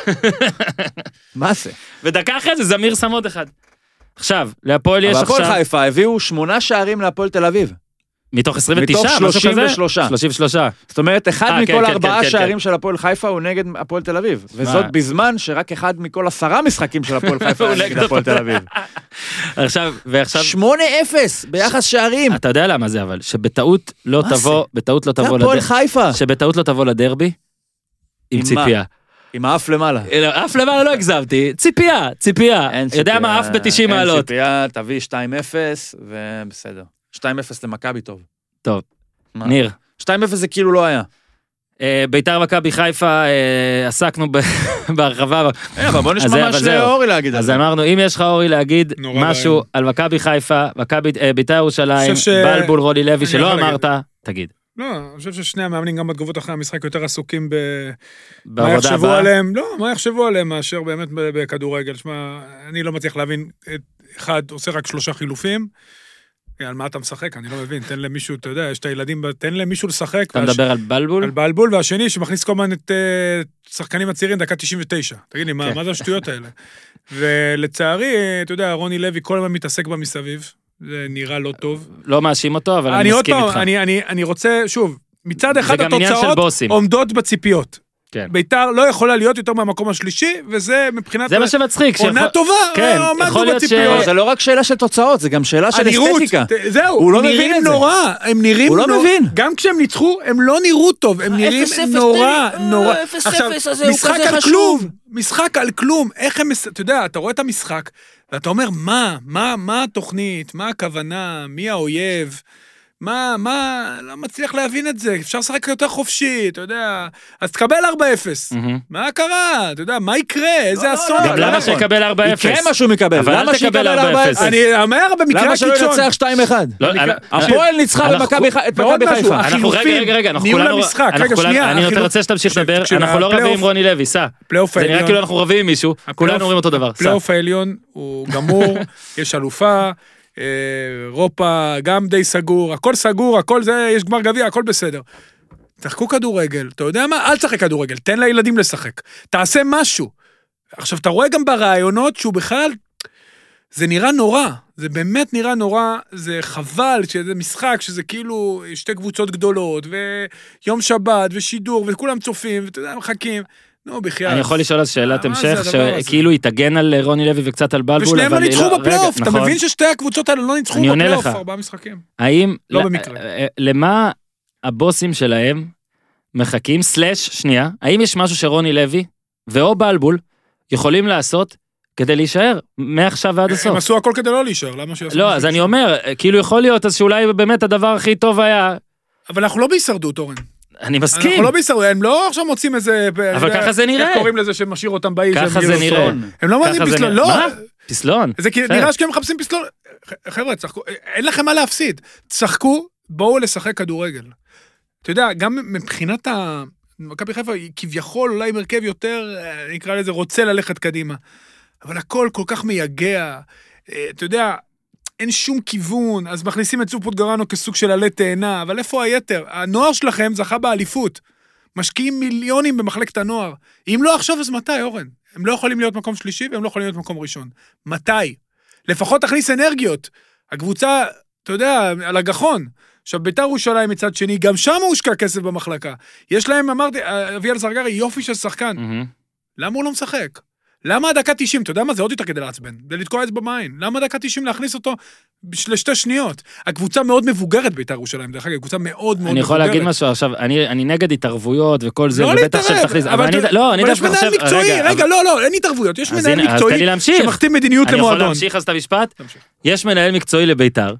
מה זה? ודקה אחרי זה, זמיר שם עוד אחד. עכשיו, להפועל יש עכשיו... אבל הפועל חיפה הביאו שמונה שערים להפועל תל אביב. מתוך עשרים ותשע, מתוך שלושים ושלושה. שלושים ושלושה. זאת אומרת, אחד מכל ארבעה שערים של הפועל חיפה הוא נגד הפועל תל אביב. וזאת בזמן שרק אחד מכל עשרה משחקים של הפועל חיפה הוא נגד הפועל תל אביב. עכשיו, ועכשיו... שמונה אפס ביחס שערים. אתה יודע למה זה אבל, שבטעות לא תבוא, בטעות לא תבוא הפועל חיפה. שבטעות לא תבוא לדרבי, עם ציפייה. עם האף למעלה. אף למעלה לא הגזמתי, ציפייה, ציפייה. יודע מה, אף ב-תשעים מעלות. אין ציפייה, תביא שתיים אפס, ובסדר. שתיים אפס למכבי טוב. טוב, ניר. שתיים אפס זה כאילו לא היה. ביתר מכבי חיפה, עסקנו בהרחבה. אבל בוא נשמע מה שאורי להגיד. אז אמרנו, אם יש לך אורי להגיד משהו על מכבי חיפה, ביתר ירושלים, בלבול רולי לוי, שלא אמרת, תגיד. לא, אני חושב ששני המאמנים גם בתגובות אחרי המשחק יותר עסוקים ב... מה יחשבו עליהם, לא, מה יחשבו עליהם מאשר באמת בכדורגל. שמה, אני לא מצליח להבין, אחד עושה רק שלושה חילופים, על מה אתה משחק? אני לא מבין, תן למישהו, אתה יודע, יש את הילדים, תן למישהו לשחק. אתה מדבר על בלבול? על בלבול, והשני שמכניס כל הזמן את שחקנים הצעירים דקה תשעים ותשע. תגיד לי, מה זה השטויות האלה? ולצערי, אתה יודע, רוני לוי כל הזמן מתעסק במסביב, זה נראה לא טוב. לא מאשים אותו, אבל אני מסכים איתך. אני רוצה, שוב, מצד אחד התוצאות עומדות בציפיות. ביתר לא יכולה להיות יותר מהמקום השלישי, וזה מבחינת... זה מה שמצחיק. עונה טובה, עומדנו בציפיות. זה לא רק שאלה של תוצאות, זה גם שאלה של אסתטיקה. זהו, הם נראים נורא, הם נראים... הוא לא מבין. גם כשהם ניצחו, הם לא נראו טוב, הם נראים נורא, נורא. עכשיו, משחק על כלום, משחק על כלום, איך הם... אתה יודע, אתה רואה את המשחק, ואתה אומר, מה? מה התוכנית? מה הכוונה? מי האויב? מה, מה, לא מצליח להבין את זה, אפשר לשחק יותר חופשי, אתה יודע, אז תקבל ארבע אפס. מה קרה? אתה יודע, מה יקרה? איזה אסון? גם למה שיקבל ארבע אפס? יקרה משהו מקבל. אבל אל תקבל ארבע אפס. אני אומר במקרה למה שלא הקיצון. ינצח שתיים אחד? הפועל ניצחה את מכבי חיפה. אנחנו רגע, רגע, רגע, אנחנו ניהול כולנו... המשחק, רגע, שנייה. אני רוצה שתמשיך לדבר, אנחנו לא רבים עם רוני לוי, סע. זה נראה כאילו אנחנו רבים עם מישהו, כולנו אומרים אותו דבר. הפלייאוף העליון הוא גמור, יש אלופה, אירופה גם די סגור, הכל סגור, הכל זה, יש גמר גביע, הכל בסדר. תחקו כדורגל, אתה יודע מה? אל תשחק כדורגל, תן לילדים לשחק. תעשה משהו. עכשיו, אתה רואה גם ברעיונות שהוא בכלל, זה נראה נורא, זה באמת נראה נורא, זה חבל שזה משחק, שזה כאילו שתי קבוצות גדולות, ויום שבת, ושידור, וכולם צופים, ואתה יודע, מחכים. נו, בחייאת. אני יכול לשאול אז שאלת המשך, שכאילו היא תגן על רוני לוי וקצת על בלבול, ושניהם לא ניצחו בפלייאוף, אתה מבין ששתי הקבוצות האלה לא ניצחו בפלייאוף, ארבעה משחקים. האם, לא במקרה. למה הבוסים שלהם מחכים, סלש, שנייה, האם יש משהו שרוני לוי ואו בלבול יכולים לעשות כדי להישאר מעכשיו ועד הסוף? הם עשו הכל כדי לא להישאר, למה שיעשו? לא, אז אני אומר, כאילו יכול להיות אז שאולי באמת הדבר הכי טוב היה... אבל אנחנו לא בהישרדות, אורן. אני מסכים. אנחנו לא בהישרדות, הם לא עכשיו מוצאים איזה... אבל ככה זה נראה. איך קוראים לזה שמשאיר אותם באיש? ככה זה נראה. הם לא מעניינים פסלון, לא. מה? פסלון? זה נראה שהם מחפשים פסלון. חבר'ה, צחקו, אין לכם מה להפסיד. צחקו, בואו לשחק כדורגל. אתה יודע, גם מבחינת ה... מכבי חיפה, כביכול אולי מרכב יותר, נקרא לזה, רוצה ללכת קדימה. אבל הכל כל כך מייגע. אתה יודע, אין שום כיוון, אז מכניסים את סוף פוטגרנו כסוג של עלי תאנה, אבל איפה היתר? הנוער שלכם זכה באליפות. משקיעים מיליונים במחלקת הנוער. אם לא עכשיו, אז מתי, אורן? הם לא יכולים להיות מקום שלישי, והם לא יכולים להיות מקום ראשון. מתי? לפחות תכניס אנרגיות. הקבוצה, אתה יודע, על הגחון. עכשיו, בית"ר ירושלים מצד שני, גם שם הושקע כסף במחלקה. יש להם, אמרתי, אביאל זרגרי, יופי של שחקן. למה הוא לא משחק? למה הדקה תשעים? אתה יודע מה? זה עוד יותר כדי לעצבן. זה לתקוע אצבע בעין. למה הדקה תשעים להכניס אותו לשתי שניות? הקבוצה מאוד מבוגרת בית"ר ירושלים, דרך אגב, קבוצה מאוד מאוד מבוגרת. אני יכול להגיד משהו עכשיו, אני נגד התערבויות וכל זה, לא להתערב, אבל יש מנהל מקצועי, רגע, לא, לא, אין התערבויות, יש מנהל מקצועי שמכתיב מדיניות למועדון. אני יכול להמשיך אז את המשפט? יש מנהל מקצועי לבית"ר,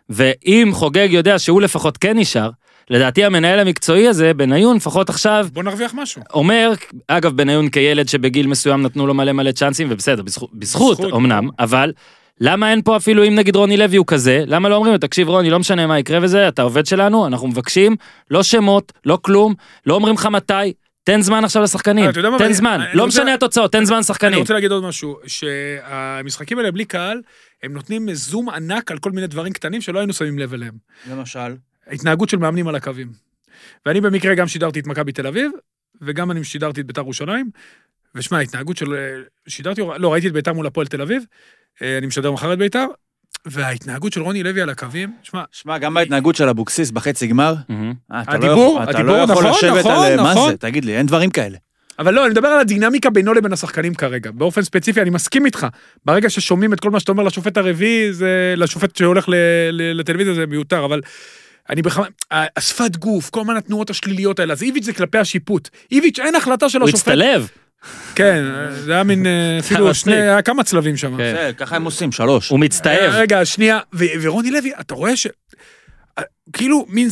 ואם חוגג יודע שהוא לפחות כן נשאר, לדעתי המנהל המקצועי הזה, בניון, לפחות עכשיו... בוא נרוויח משהו. אומר, אגב, בניון כילד שבגיל מסוים נתנו לו מלא מלא צ'אנסים, ובסדר, בזכות, בזכות אמנם, אבל למה אין פה אפילו, אם נגיד רוני לוי הוא כזה, למה לא אומרים, תקשיב רוני, לא משנה מה יקרה וזה, אתה עובד שלנו, אנחנו מבקשים, לא שמות, לא כלום, לא אומרים לך מתי, תן זמן עכשיו לשחקנים, תן זמן, לא משנה התוצאות, תן זמן לשחקנים. אני רוצה להגיד עוד משהו, שהמשחקים האלה בלי קהל, הם נותנים זום ענק על כל מיני דברים קטנים שלא היינו שמים לב אליהם. למשל? ההתנהגות של מאמנים על הקווים. ואני במקרה גם שידרתי את מכבי תל אביב, וגם אני שידרתי את בית"ר ירושלים, ושמע, ההתנהגות של... שידרתי, לא, ראיתי את בית"ר מול הפועל תל אביב, אני משדר מחר את בית"ר, וההתנהגות של רוני לוי על הקווים, שמע... שמע, גם בהתנהגות של אבוקסיס בחצי גמר, הדיבור, הדיבור, נכון, נכון, נכון. תגיד לי, אין דברים כאלה. אבל לא, אני מדבר על הדינמיקה בינו לבין השחקנים כרגע. באופן ספציפי, אני מסכים איתך. ברגע ששומעים את כל מה שאתה אומר לשופט הרביעי, זה לשופט שהולך לטלוויזיה, זה מיותר, אבל אני בכלל, השפת גוף, כל מה התנועות השליליות האלה, אז איביץ' זה כלפי השיפוט. איביץ' אין החלטה של השופט. הוא הצטלב. כן, זה היה מין, אפילו שני, היה כמה צלבים שם. ככה הם עושים, שלוש. הוא מצטעב. רגע, שנייה, ורוני לוי, אתה רואה ש... כאילו, מין...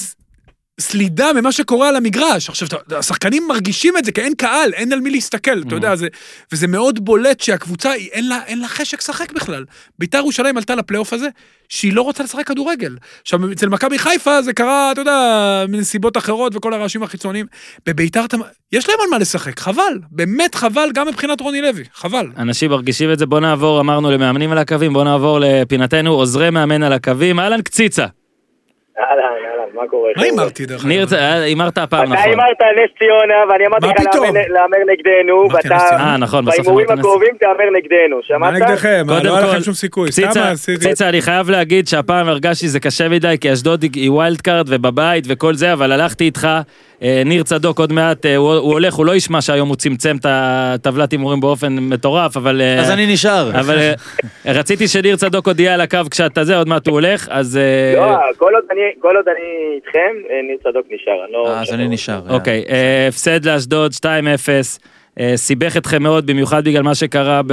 סלידה ממה שקורה על המגרש. עכשיו, השחקנים מרגישים את זה, כי אין קהל, אין על מי להסתכל, אתה יודע, זה, וזה מאוד בולט שהקבוצה, אין לה, אין לה חשק שחק בכלל. בית"ר ירושלים עלתה לפלייאוף הזה, שהיא לא רוצה לשחק כדורגל. עכשיו, אצל מכבי חיפה זה קרה, אתה יודע, מנסיבות אחרות וכל הרעשים החיצוניים. בבית"ר, יש להם על מה לשחק, חבל, באמת חבל, גם מבחינת רוני לוי, חבל. אנשים מרגישים את זה, בוא נעבור, אמרנו למאמנים על הקווים, בוא נעבור לפינתנו, עוזרי מאמן על הקווים, אהלן קציצה. אהלן, אהלן, מה קורה? מה אמרתי דרך ניר, אמרת הפעם, נכון. אתה אמרת נס ציונה, ואני אמרתי לך לאמר נגדנו, ואתה בהימורים הקרובים תאמר נגדנו, שמעת? מה נגדכם? לא היה לכם שום סיכוי. קציצה, אני חייב להגיד שהפעם הרגשתי שזה קשה מדי, כי אשדוד היא ווילד קארד ובבית וכל זה, אבל הלכתי איתך, ניר צדוק עוד מעט, הוא הולך, הוא לא ישמע שהיום הוא צמצם את הטבלת הימורים באופן מטורף, אבל... אז אני נשאר. אבל רציתי שניר צדוק עוד יהיה על הקו כשאתה זה, עוד מעט הוא הולך, אז... לא, כל עוד אני איתכם, ניר צדוק נשאר. אז אני נשאר. אוקיי, הפסד לאשדוד שתיים אפס, סיבך אתכם מאוד, במיוחד בגלל מה שקרה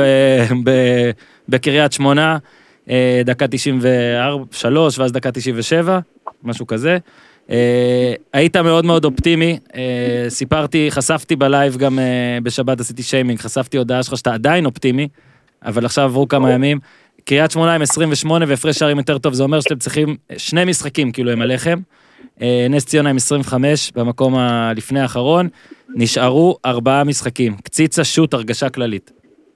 בקריית שמונה, דקה תשעים ושלוש ואז דקה תשעים ושבע. משהו כזה. היית מאוד מאוד אופטימי, סיפרתי, חשפתי בלייב גם בשבת, עשיתי שיימינג, חשפתי הודעה שלך שאתה עדיין אופטימי, אבל עכשיו עברו כמה ימים, קריית שמונה עם עשרים ושמונה והפרש שערים יותר טוב, זה אומר שאתם צריכים שני משחקים כאילו הם עליכם, נס ציונה עם עשרים וחמש במקום הלפני האחרון, נשארו ארבעה משחקים, קציצה שוט הרגשה כללית.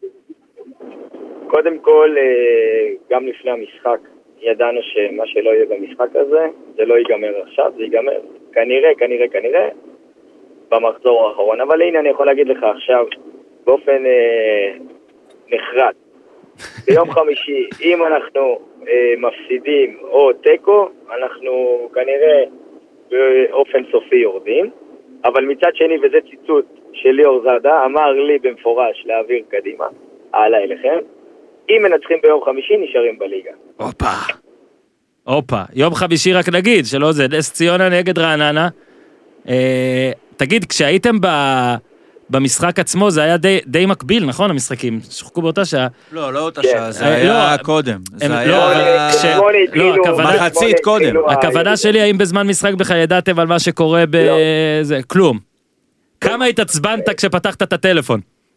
קודם כל, גם לפני המשחק, ידענו שמה שלא יהיה במשחק הזה, זה לא ייגמר עכשיו, זה ייגמר כנראה, כנראה, כנראה, במחזור האחרון. אבל הנה אני יכול להגיד לך עכשיו, באופן אה, נחרט, ביום חמישי, אם אנחנו אה, מפסידים או טקו, אנחנו כנראה באופן סופי יורדים, אבל מצד שני, וזה ציטוט של ליאור זאדה, אמר לי במפורש להעביר קדימה, הלאה אליכם, אם מנצחים ביום חמישי, נשארים בליגה. אופה. אופה. יום חמישי רק נגיד, שלא זה, נס ציונה נגד רעננה. אה, תגיד, כשהייתם ב, במשחק עצמו, זה היה די, די מקביל, נכון, המשחקים? שחקו באותה שעה. לא, לא אותה שעה, זה היה קודם. זה היה... מחצית קודם. הכוונה שלי, האם בזמן משחק בכלל ידעתם על מה שקורה בזה? כלום. כמה התעצבנת כשפתחת את הטלפון?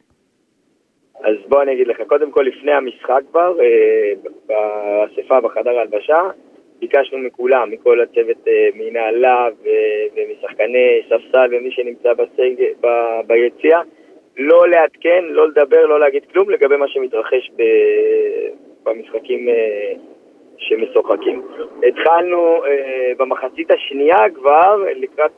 אז בוא אני אגיד לך, קודם כל לפני המשחק כבר, באספה בחדר הלבשה, ביקשנו מכולם, מכל הצוות מנהלה ומשחקני ספסל ומי שנמצא ביציאה, לא לעדכן, לא לדבר, לא להגיד כלום לגבי מה שמתרחש במשחקים שמשוחקים. התחלנו במחצית השנייה כבר, לקראת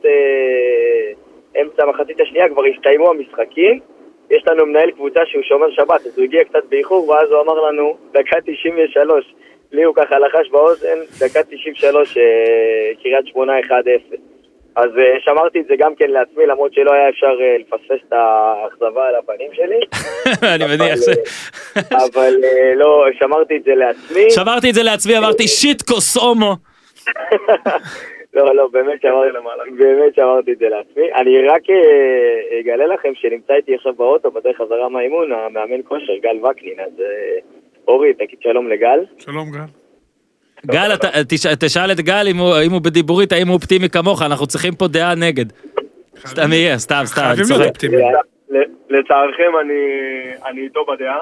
אמצע המחצית השנייה כבר הסתיימו המשחקים, יש לנו מנהל קבוצה שהוא שומר שבת, אז הוא הגיע קצת באיחור, ואז הוא אמר לנו, דקה תשעים ושלוש, לי הוא ככה לחש באוזן, דקה תשעים ושלוש, קריית שמונה אחד אפס. אז שמרתי את זה גם כן לעצמי, למרות שלא היה אפשר לפספס את האכזבה על הפנים שלי. אני מניח ש... אבל לא, שמרתי את זה לעצמי. שמרתי את זה לעצמי, אמרתי, שיט קוסומו. לא, לא, באמת שמרתי, באמת שמרתי את זה לעצמי. אני רק אגלה לכם שנמצא איתי עכשיו באוטו, בדרך חזרה מהאימון, המאמן כושר, גל וקנין. אז אורי, תגיד שלום לגל. שלום גל. גל, תשאל את גל אם הוא בדיבורית, האם הוא אופטימי כמוך, אנחנו צריכים פה דעה נגד. סתם יהיה, סתם, סתם. חייבים להיות אופטימי. לצערכם אני איתו בדעה,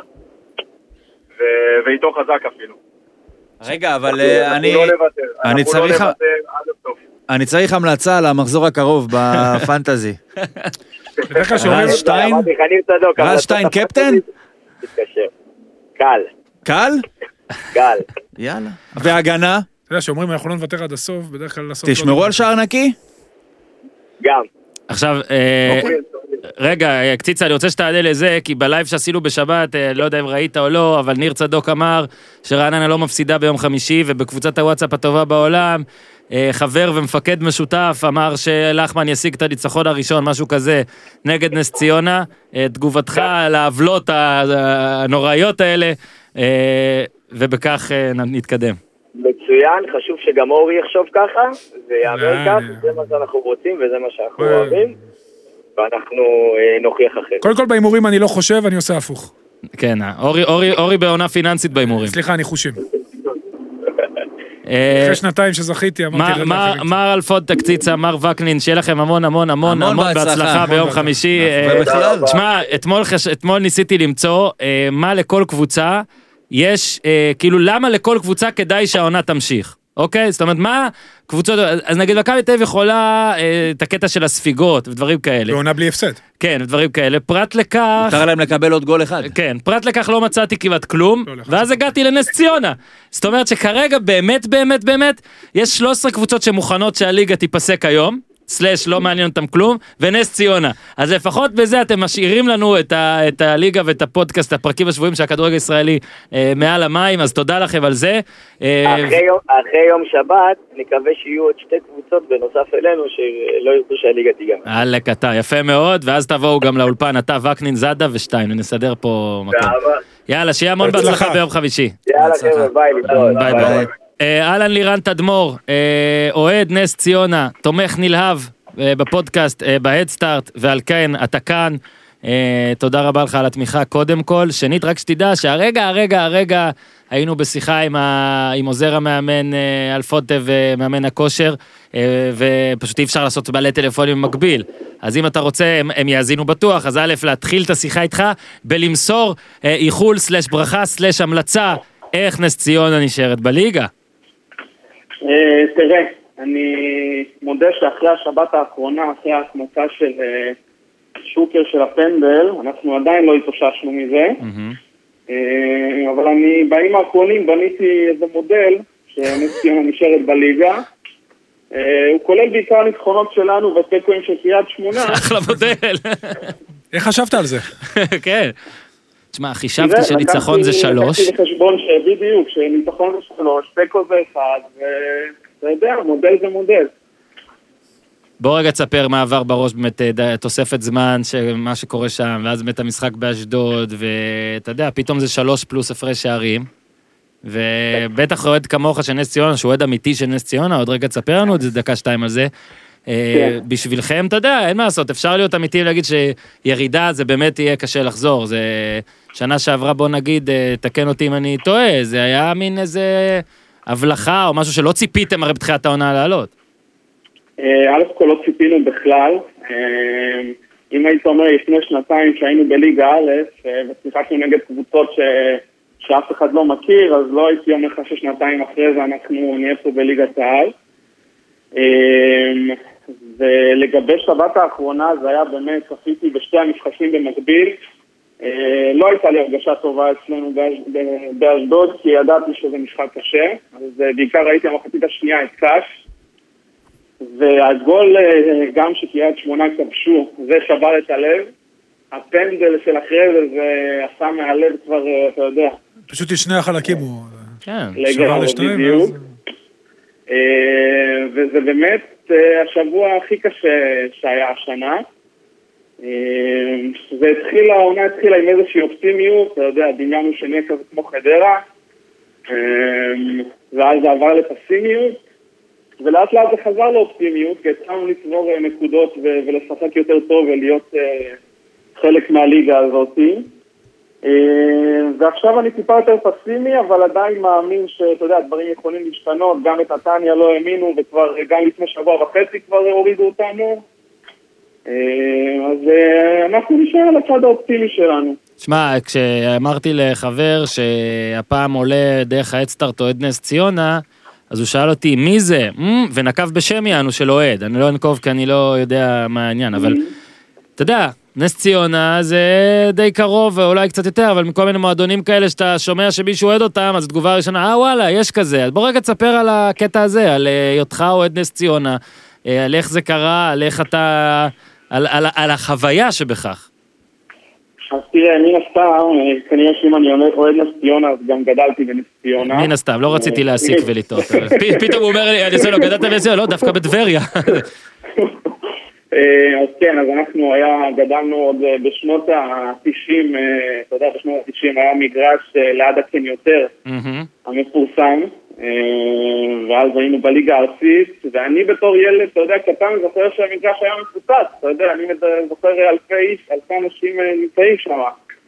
ואיתו חזק אפילו. רגע, אבל אני... אני צריך... אני צריך המלצה על המחזור הקרוב בפנטזי. רז שטיין? רז שטיין קפטן? קל. קל? קל. יאללה. והגנה? אתה יודע שאומרים אנחנו לא נוותר עד הסוף, בדרך כלל לסוף... תשמרו על שער נקי? גם. עכשיו, רגע, קציצה, אני רוצה שתעלה לזה, כי בלייב שעשינו בשבת, לא יודע אם ראית או לא, אבל ניר צדוק אמר שרעננה לא מפסידה ביום חמישי, ובקבוצת הוואטסאפ הטובה בעולם, חבר ומפקד משותף אמר שלחמן ישיג את הניצחון הראשון, משהו כזה, נגד נס ציונה. תגובתך על העוולות הנוראיות האלה, ובכך נתקדם. מצוין, חשוב שגם אורי יחשוב ככה, ויאמר כך, זה מה שאנחנו רוצים וזה מה שאנחנו אוהבים, ואנחנו נוכיח אחרת. קודם כל בהימורים אני לא חושב, אני עושה הפוך. כן, אורי בעונה פיננסית בהימורים. סליחה, אני חושים. אחרי שנתיים שזכיתי, אמרתי... מר אלפוד תקציצה, מר וקנין, שיהיה לכם המון המון המון המון בהצלחה ביום חמישי. תשמע, אתמול ניסיתי למצוא מה לכל קבוצה יש, כאילו למה לכל קבוצה כדאי שהעונה תמשיך. אוקיי? זאת אומרת, מה קבוצות... אז נגיד, מכבי תל אביב יכולה את הקטע של הספיגות ודברים כאלה. ועונה בלי הפסד. כן, ודברים כאלה. פרט לכך... מותר להם לקבל עוד גול אחד. כן, פרט לכך לא מצאתי כמעט כלום, ואז הגעתי לנס ציונה. זאת אומרת שכרגע באמת, באמת, באמת, יש שלוש עשרה קבוצות שמוכנות שהליגה תיפסק היום, סלש לא מעניין אותם כלום, ונס ציונה. אז לפחות בזה אתם משאירים לנו את, ה, את הליגה ואת הפודקאסט, הפרקים השבועים של הכדורגל הישראלי אה, מעל המים, אז תודה לכם על זה. אה, אחרי, יום, אחרי יום שבת, נקווה שיהיו עוד שתי קבוצות בנוסף אלינו, שלא ירצו שהליגה תיגמר. אלק אתה, יפה מאוד, ואז תבואו גם לאולפן, אתה וקנין זאדה ושטיין, ונסדר פה מקום. יאללה, שיהיה המון בהצלחה ביום חמישי. יאללה, חבר'ה, ביי, ביי, ביי. אלן לירן תדמור, אוהד נס ציונה, תומך נלהב בפודקאסט, בהדסטארט, ועל כן אתה כאן, תודה רבה לך על התמיכה קודם כל. שנית, רק שתדע שהרגע, הרגע, הרגע היינו בשיחה עם, ה... עם עוזר המאמן אלפונטה ומאמן הכושר, ופשוט אי אפשר לעשות בעלי טלפונים במקביל. אז אם אתה רוצה, הם, הם יאזינו בטוח, אז א', להתחיל את השיחה איתך, בלמסור איחול סלש ברכה סלש המלצה, איך נס ציונה נשארת בליגה? תראה, אני מודה שאחרי השבת האחרונה, אחרי ההחמצה של שוקר של הפנדל, אנחנו עדיין לא התאוששנו מזה, אבל אני בימים האחרונים בניתי איזה מודל שנס ציונה נשארת בליגה, הוא כולל בעיקר ניצחונות שלנו ותיקואים של קריית שמונה. אחלה מודל. איך חשבת על זה? כן. תשמע, חישבתי שניצחון זה שלוש. לקחתי בחשבון שבדיוק, שניצחון זה שלוש, תיקו זה אחד, ואתה יודע, מודל זה מודל. בוא רגע תספר מה עבר בראש, באמת תוספת זמן, מה שקורה שם, ואז באמת המשחק באשדוד, ואתה יודע, פתאום זה שלוש פלוס הפרש שערים, ובטח אוהד כמוך של נס ציונה, שהוא אוהד אמיתי של נס ציונה, עוד רגע תספר לנו את זה דקה שתיים על זה, בשבילכם, אתה יודע, אין מה לעשות, אפשר להיות אמיתי ולהגיד שירידה זה באמת יהיה קשה לחזור, זה שנה שעברה, בוא נגיד, תקן אותי אם אני טועה, זה היה מין איזה הבלחה או משהו שלא ציפיתם הרי בתחילת העונה לעלות. א' כל לא ציפינו בכלל, אם היית אומר לפני שנתיים שהיינו בליגה א' ושיחקנו נגד קבוצות שאף אחד לא מכיר, אז לא הייתי אומר לך ששנתיים אחרי זה אנחנו נהיה פה בליגת העל. ולגבי שבת האחרונה זה היה באמת, צפיתי בשתי המשחקים במקביל, לא הייתה לי הרגשה טובה אצלנו באשדוד, כי ידעתי שזה משחק קשה, אז בעיקר ראיתי המחצית השנייה את קש, והגול גם שקריית שמונה כבשו, זה שבר את הלב, הפנדל של אחרי זה, זה עשה מהלב כבר, אתה יודע. פשוט יש שני החלקים הוא שבר לשתיים. וזה באמת השבוע הכי קשה שהיה השנה. והתחילה, העונה התחילה עם איזושהי אופטימיות, אתה יודע, דמיינו שנהיה כזה כמו חדרה, ואז זה עבר לפסימיות, ולאט לאט זה חזר לאופטימיות, כי התחלנו לצבור נקודות ולשחק יותר טוב ולהיות חלק מהליגה הזאת. ועכשיו אני טיפה יותר פסימי, אבל עדיין מאמין שאתה יודע, דברים יכולים להשתנות, גם את נתניה לא האמינו, וכבר גם לפני שבוע וחצי כבר הורידו אותנו. אז אנחנו נשאר על הצד האופטימי שלנו. תשמע, כשאמרתי לחבר שהפעם עולה דרך האדסטארט אוהד נס ציונה, אז הוא שאל אותי מי זה, ונקב בשם יענו של אוהד, אני לא אנקוב כי אני לא יודע מה העניין, אבל אתה יודע, נס ציונה זה די קרוב, ואולי קצת יותר, אבל מכל מיני מועדונים כאלה שאתה שומע שמישהו אוהד אותם, אז התגובה הראשונה, אה וואלה, יש כזה. אז בוא רגע תספר על הקטע הזה, על היותך אוהד נס ציונה, על איך זה קרה, על איך אתה, על, על, על החוויה שבכך. אז תראה, מן הסתם, כנראה שאם אני אוהד נס ציונה, אז גם גדלתי בנס ציונה. מן הסתם, לא רציתי להסיק ולטעות. פתאום הוא אומר לי, אני עושה לו, גדלת בנס ציונה, לא, דווקא בטבריה. אז כן, אז אנחנו היה, גדלנו עוד בשנות ה-תשעים, אתה יודע, בשנות ה-תשעים היה מגרש ליד הקניותר המפורסם, ואז היינו בליגה הארצית, ואני בתור ילד, אתה יודע, קטן, זוכר שהמגרש היה מפוצץ, אתה יודע, אני זוכר אלפי איש, אלפי אנשים נמצאים שם.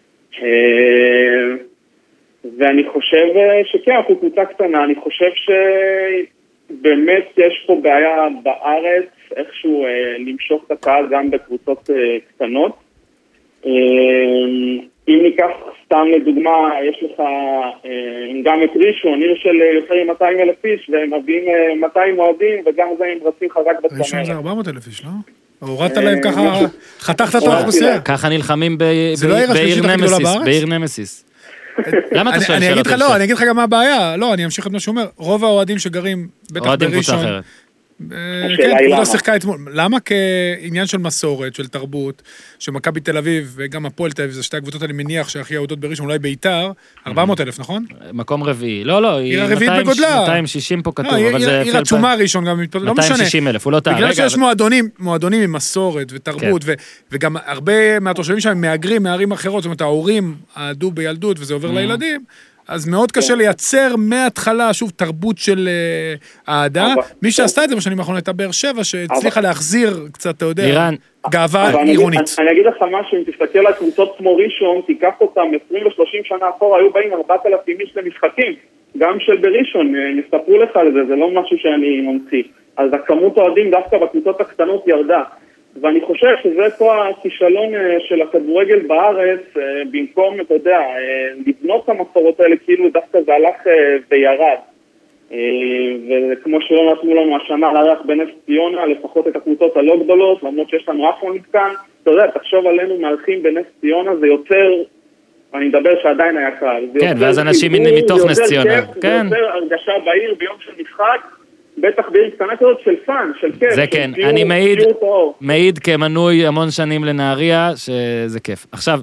ואני חושב שכן, אנחנו קבוצה קטנה, אני חושב שבאמת יש פה בעיה בארץ, איכשהו אה, למשוך את הקהל גם בקבוצות אה, קטנות. אה, אם ניקח סתם לדוגמה, יש לך אה, גם את ראשון, עיר של יותר מ-מאתיים אלף איש, והם מביאים אה, מאתיים מועדים, וגם זה הם רצים חזק בצמרת. ראשון זה ארבע מאות אלף איש, לא? הורדת להם ככה, חתכת את האוכלוסייה. ככה נלחמים בעיר נמסיס. למה אתה שואל שאלות? לא, אני אגיד לך גם מה הבעיה. לא, אני אמשיך את מה שאומר. רוב האוהדים שגרים, בטח בראשון, כן, קבוצה שיחקה אתמול. למה? כעניין של מסורת, של תרבות, שמכבי תל אביב וגם הפועל תל אביב, זה שתי הקבוצות אני מניח שהכי אוהדות בראשון, אולי ביתר, ארבע מאות אלף, נכון? מקום רביעי. לא, לא, היא הרביעית בגודלה. מאתיים ושישים פה כתוב, אבל זה... עיר עצומה ראשון גם, לא משנה. מאתיים ושישים אלף, הוא לא טעה. בגלל שיש מועדונים, מועדונים עם מסורת ותרבות, וגם הרבה מהתושבים שם מהגרים, מערים אחרות, זאת אומרת, ההורים עדו בילדות וזה עובר לילדים, אז מאוד קשה לייצר מההתחלה, שוב, תרבות של אהדה. מי שעשתה את זה בשנים האחרונות הייתה באר שבע, שהצליחה להחזיר קצת, אתה יודע, גאווה עירונית. אני אגיד לך משהו, אם תסתכל על קבוצות כמו ראשון, תיקח אותם עשרים ושלושים שנה אחורה, היו באים ארבעת אלפים איש למשחקים, גם של בראשון, נספרו לך על זה, זה לא משהו שאני ממציא. אז הכמות אוהדים דווקא בקבוצות הקטנות ירדה. ואני חושב שזה פה הכישלון של הכדורגל בארץ, במקום, אתה יודע, לבנות את המסורות האלה, כאילו דווקא זה הלך וירד. וכמו שלא נתנו לנו השנה לארח בנס ציונה, לפחות את הקבוצות הלא גדולות, למרות שיש לנו אחרון מתקן, אתה יודע, תחשוב עלינו מארחים בנס ציונה, זה יותר, אני מדבר שעדיין היה קל. כן, ואז אנשים מתוך נס ציונה. זה יותר הרגשה בעיר ביום של משחק, בטח בעיר קטנה כזאת של פן, של כיף. זה כן, אני מעיד, מעיד כמנוי המון שנים לנהריה, שזה כיף. עכשיו,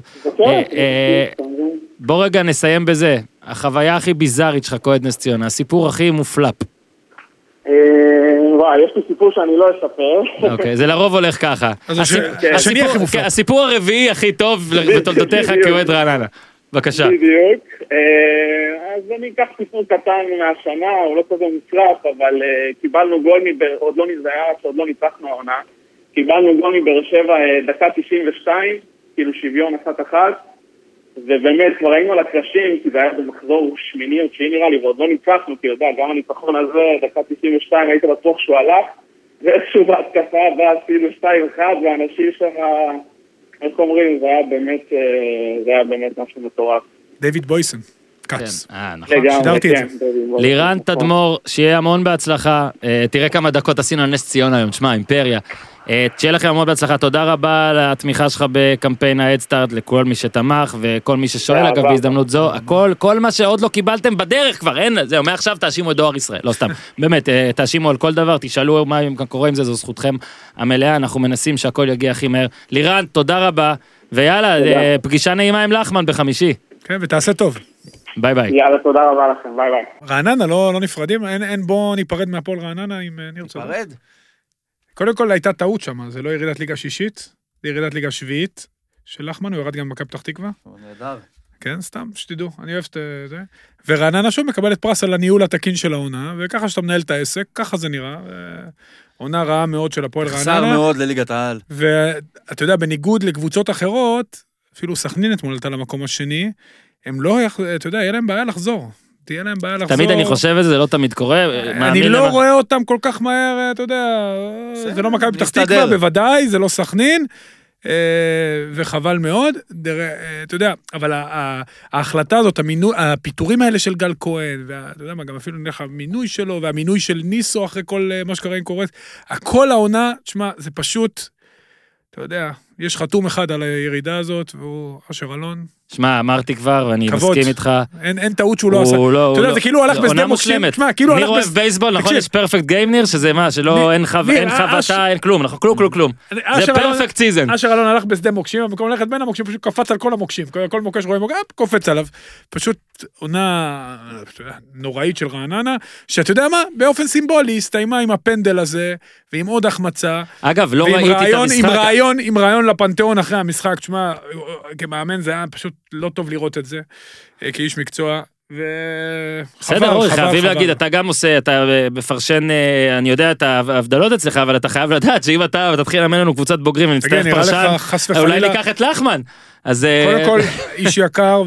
בוא רגע נסיים בזה. החוויה הכי ביזארית שלך כאוהד נס ציונה, הסיפור הכי מופלפ. וואי, יש לי סיפור שאני לא אספר. אוקיי, זה לרוב הולך ככה. הסיפור הרביעי הכי טוב בתולדותיך כאוהד רעננה. בבקשה. בדיוק. אז אני אקח סיפור קטן מהשנה, הוא לא כזה מוצלח, אבל קיבלנו גול מבאר, עוד לא נזהה, שעוד לא ניצחנו העונה. קיבלנו גול מבאר שבע דקה תשעים ושתיים, כאילו שוויון אחת אחת, ובאמת כבר היינו על הקרשים, כי זה היה במחזור שמיני או תשיעי נראה לי, ועוד לא ניצחנו, כי יודע, גם הניצחון הזה, דקה תשעים ושתיים, היית בטוח שהוא הלך, ואיכשהו בהתקפה בא אפילו שתיים אחד, ואנשים שם, איך אומרים, זה היה באמת, זה היה באמת משהו מטורף. דיוויד בויסן, קאץ. אה, נכון, שידרתי את זה. לירן תדמור, שיהיה המון בהצלחה, תראה כמה דקות עשינו על נס ציון היום, תשמע, אימפריה. שיהיה לכם המון בהצלחה, תודה רבה על התמיכה שלך בקמפיין ההדסטארט, לכל מי שתמך וכל מי ששואל, אגב, בהזדמנות זו, הכל, כל מה שעוד לא קיבלתם בדרך כבר, אין, זהו, מעכשיו תאשימו את דואר ישראל, לא סתם, באמת, תאשימו על כל דבר, תשאלו מה קורה עם זה, זו זכותכם המלאה, אנחנו מנסים שהכל יגיע הכי מהר. לירן, תודה רבה, ויאללה, פגישה נעימה עם לחמן בחמישי. כן, ותעשה טוב. ביי ביי. יאללה, תודה רבה לכם, ביי ביי. רעננה, לא, לא נפרדים, אין, אין בוא ניפרד מהפועל רעננה עם ניר צדוק. נפרד? קודם כל הייתה טעות שם, זה לא ירידת ליגה שישית, זה ירידת ליגה שביעית של לחמן, הוא ירד גם במכבי פתח תקווה. הוא נהדר. כן, סתם, שתדעו, אני אוהב את זה. ורעננה שוב מקבלת פרס על הניהול התקין של העונה, וככה שאתה מנהל את העסק, ככה זה נראה. עונה רעה מאוד של הפועל רעננה. חסר מאוד לליגת העל. ואתה יודע, בניגוד לקבוצות אחרות, אפילו סכנין אתמול עלתה למקום השני, הם לא, אתה יודע, יהיה להם בעיה לחזור. תהיה להם בעיה לחזור. תמיד אני חושב את זה, זה לא תמיד קורה. אני לא רואה אותם כל כך מהר, אתה יודע, זה לא מכבי פתח תקווה, בוודאי, זה לא סכנין, וחבל מאוד, אתה יודע, אבל ההחלטה הזאת, הפיתורים האלה של גל כהן, ואתה יודע מה, גם אפילו נלך המינוי שלו, והמינוי של ניסו אחרי כל מה שקרה עם קורס, הכל העונה, תשמע, זה פשוט, אתה יודע, יש חתום אחד על הירידה הזאת, והוא אשר אלון. שמע, אמרתי כבר, ואני מסכים איתך. אין טעות שהוא לא עשה. אתה יודע, זה כאילו הלך בשדה מוקשים. ניר אוהב בייסבול, נכון? יש פרפקט גיים ניר, שזה מה, שלא, אין חבטה, אין כלום, נכון? כלום, כלום, כלום. זה פרפקט סיזן. אשר אלון הלך בשדה מוקשים, במקום ללכת בין המוקשים, פשוט קפץ על כל המוקשים. כל מוקש רואה מוקש, קופץ עליו. פשוט עונה נוראית של רעננה, שאתה יודע מה, באופן סימבולי, הסתיימה עם הפנדל הזה, ועם עוד החמצה. אגב, לא ראיתי את המשחק. עם רעיון לפנתיאון אחרי המשחק, תשמע, כמאמן זה היה פשוט לא טוב לראות את זה, כאיש מקצוע, בסדר, אורי, חייבים להגיד, אתה גם עושה, אתה מפרשן, אני יודע את ההבדלות אצלך, אבל אתה חייב לדעת שאם אתה תתחיל לאמן לנו קבוצת בוגרים ונצטרך פרשן, אולי ניקח את לחמן. קודם כל, איש יקר,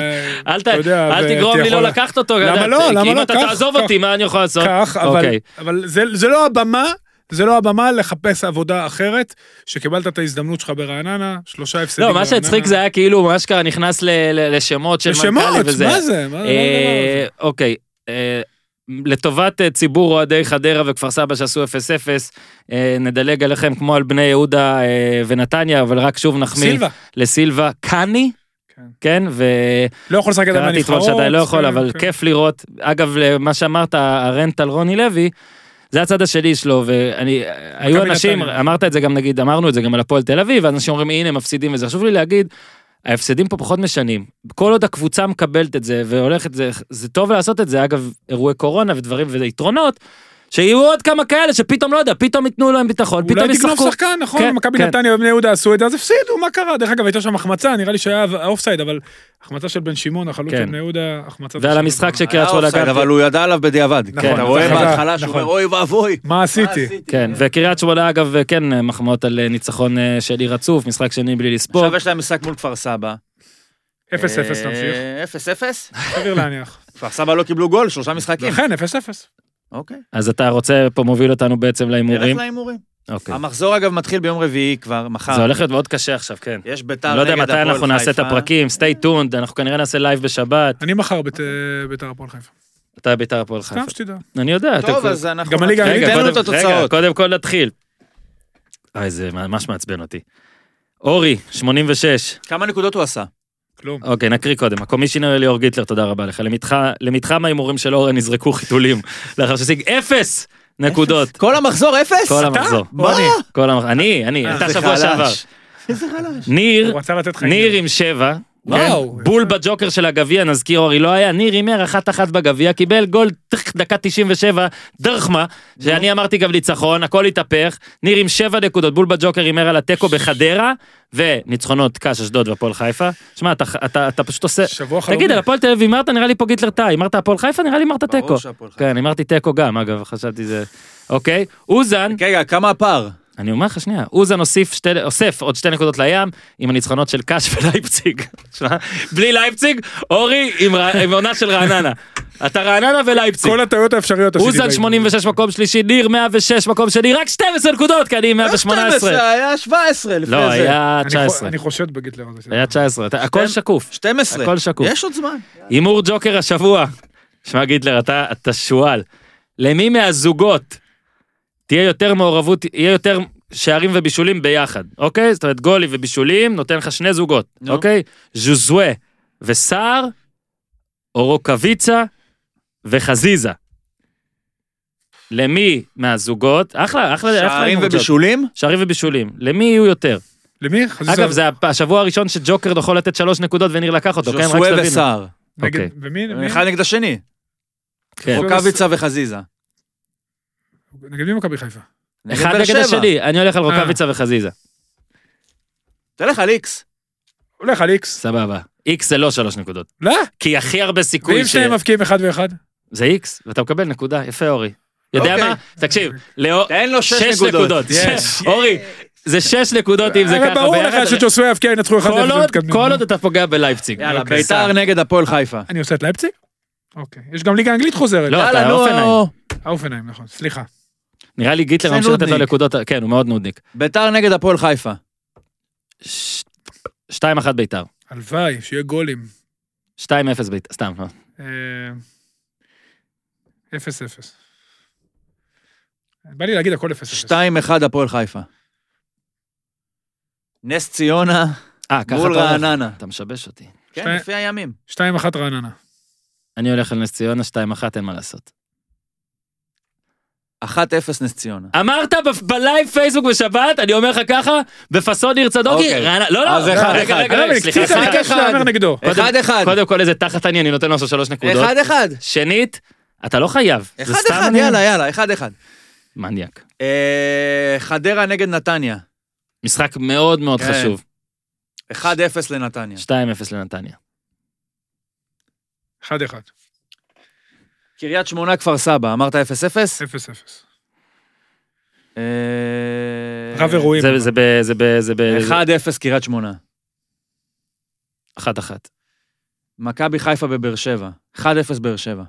אל תגרום לי לא לקחת אותו, למה לא? למה כי אם לא? אתה תעזוב אותי, מה אני יכול לעשות? כך, אבל זה לא הבמה, זה לא הבמה לחפש עבודה אחרת, שקיבלת את ההזדמנות שלך ברעננה, שלושה הפסדים ברעננה. לא, מה שהצחיק זה היה כאילו, מה שקרה נכנס לשמות של מנכ"לי וזה. לשמות, מה זה? מה זה? אוקיי, לטובת ציבור אוהדי חדרה וכפר סבא שעשו אפס אפס, נדלג עליכם כמו על בני יהודה ונתניה, אבל רק שוב נחמיא לסילבה, קני, כן, ו... לא יכול לשחק את הנבחרות. לא יכול, אבל כיף לראות. אגב, מה שאמרת, הרנט על רוני לוי, זה הצד השני שלו, ואני, היו אנשים, אמרת את זה גם נגיד, אמרנו את זה גם על הפועל תל אביב, ואנשים אומרים, הנה, מפסידים, וזה חשוב לי להגיד, ההפסדים פה פחות משנים, כל עוד הקבוצה מקבלת את זה, והולכת, זה, זה טוב לעשות את זה, אגב, אירועי קורונה ודברים ויתרונות, שיהיו עוד כמה כאלה שפתאום לא יודע, פתאום ייתנו להם ביטחון, פתאום אולי ישחקו. תגנוב שחקן, נכון, מכבי נתניה ובני יהודה עשו את זה, אז הפסידו, מה קרה? דרך אגב, הייתה שם החמצה, נראה לי שהיה האופסייד, אבל החמצה של בן שמעון, החלוץ של בני יהודה, החמצה... ועל המשחק שקריית שמונה גם... אבל הוא ידע עליו בדיעבד. אתה רואה בהתחלה שהוא אומר, אוי ואבוי. מה עשיתי? כן, וקריית שמונה אגב, כן, מחמאות על ניצחון שלי רצוף, משחק שני בלי לספור. עכשיו יש להם משחק מול כפר סבא. אפס אפס נמשיך. אפס אפס? סביר להניח. כפר סבא לא קיבלו גול, שלושה משחקים. לכן, אפס אפס. אוקיי. אז אתה רוצה פה מוביל אותנו בעצם להימורים? נלך להימורים. אוקיי. המחזור אגב מתחיל ביום רביעי כבר, מחר. זה הולך להיות מאוד קשה עכשיו, כן. יש ביתר לא נגד יודע הפועל חיפה. מתי אנחנו נעשה את הפרקים, stay tuned, אנחנו כנראה נעשה לייב בשבת. אני מחר ביתר הפועל חיפה. אתה ביתר הפועל חיפה. סתם שתדע. אני יודע. טוב, אז אנחנו... גם הליגה ניתן לנו את התוצאות. קודם כל נתחיל. אוי, זה ממש מעצבן אותי. אורי, שמונים ושש. כמה נקודות הוא עשה? כלום. אוקיי, נקריא קודם. הקומישיונר ליאור גיטלר, תודה רבה לך. למתחם ההימורים של אורן נזרקו חיתולים. לאחר ששיג אפס נקודות. כל המחזור אפס? כל המחזור. מה? אני, אני, אתה שבוע שעבר. איזה חלש. ניר, ניר עם שבע. וואו. בול בג'וקר של הגביע, נזכיר אורי, לא היה, ניר הימר אחת אחת בגביע, קיבל גול דקה תשעים ושבע, דרחמה, שאני אמרתי גם ניצחון, הכל התהפך, ניר עם שבע נקודות, בול בג'וקר הימר על הטקו בחדרה, וניצחונות קש אשדוד והפועל חיפה. שמע, אתה, אתה, אתה פשוט עושה... תגיד, על הפועל תל אביב, אמרת, נראה לי פה גיטלר טאי, אמרת הפועל חיפה, נראה לי אמרת טקו. כן, אמרתי טקו גם, אגב, חשבתי זה... אוקיי, אוזן... רגע, כמה הפער? אני אומר לך שנייה, אוזן אוסף, שתי, אוסף עוד שתי נקודות לים, עם הניצחונות של קש ולייפציג. בלי לייפציג, אורי עם, עם עונה של רעננה. אתה רעננה ולייפציג. כל הטעויות האפשריות עשיתי. אוזן שמונים ושש מקום שלישי, ניר מאה ושש מקום שני, רק שתים עשרה נקודות, כי אני מאה ושמונה עשרה. שתים עשרה, היה שבע עשרה לפני לא, זה. היה תשע עשרה. אני חושד בגיטלר הזה. היה תשע עשרה, הכל שקוף. שתים עשרה. הכל שקוף. יש עוד זמן. הימור ג'וקר השבוע. שמע גיטלר, אתה, אתה שואל. למי מהזוגות תהיה יותר מעורבות, יהיה יותר שערים ובישולים ביחד, אוקיי? זאת אומרת, גולי ובישולים, נותן לך שני זוגות, אוקיי? ז'וזווה וסער, או רוקביצה וחזיזה. למי מהזוגות, אחלה, אחלה, שערים ובישולים? שערים ובישולים. למי יהיו יותר? למי? חזיזה. אגב, זה השבוע הראשון שג'וקר יכול לתת שלוש נקודות וניר לקח אותו, כן? ז'וזווה וסער. אוקיי. ומי? אחד נגד השני. כן. רוקביצה וחזיזה. נגד מי מכבי חיפה? אחד נגד השני, אני הולך על רוקביצה וחזיזה. תלך על איקס. הולך על איקס. סבבה. איקס זה לא שלוש נקודות. לא? כי הכי הרבה סיכוי ואם שניהם מבקיעים אחד ואחד? זה איקס, ואתה מקבל נקודה, יפה אורי. יודע מה? תקשיב, תן לו שש נקודות. אורי, זה שש נקודות אם זה ככה. ברור לך שג'וסווה יבקיע ינצחו אחד ואחד. כל עוד אתה פוגע בלייפציג. יאללה, ביתר נגד הפועל חיפה. אני עושה את לייפציג? אוקיי. יש גם ליגה אנגלית חוזרת. לא, אתה האופנהיים. האופנהיים, נכון, סליחה. נראה לי גיטלר ממשיך לתת לו נקודות, כן, הוא מאוד נודניק. ביתר נגד הפועל חיפה. שתיים אחת ביתר. הלוואי, שיהיה גולים. שתיים אפס ביתר, סתם, לא. אפס אפס. בא לי להגיד הכל אפס אפס. שתיים אחד הפועל חיפה. נס ציונה מול רעננה. אתה משבש אותי. כן, לפי הימים. שתיים אחת רעננה. אני הולך על נס ציונה, שתיים אחת, אין מה לעשות. אחת אפס נס ציונה. אמרת בלייב פייסבוק בשבת, אני אומר לך ככה, בפסון ניר צדוקי, רעננה, לא, לא, אז אחד רגע, אחד. רגע, סליחה, אחד אחד. אחד אחד. קודם כל איזה תחת אני, אני נותן לו שלוש נקודות. אחד אחד. שנית, אתה לא חייב. אחד אחד, יאללה, יאללה, אחד אחד. מניאק. חדרה נגד נתניה. משחק מאוד מאוד חשוב. אחד אפס לנתניה. שתיים אפס לנתניה. אחד אחד. קריית שמונה כפר סבא, אמרת אפס אפס? אפס אפס. רב אירועים. זה ב... זה ב... זה ב... אחד אפס קריית שמונה. אחת אחת. מכבי חיפה בבאר שבע. אחד אפס באר שבע.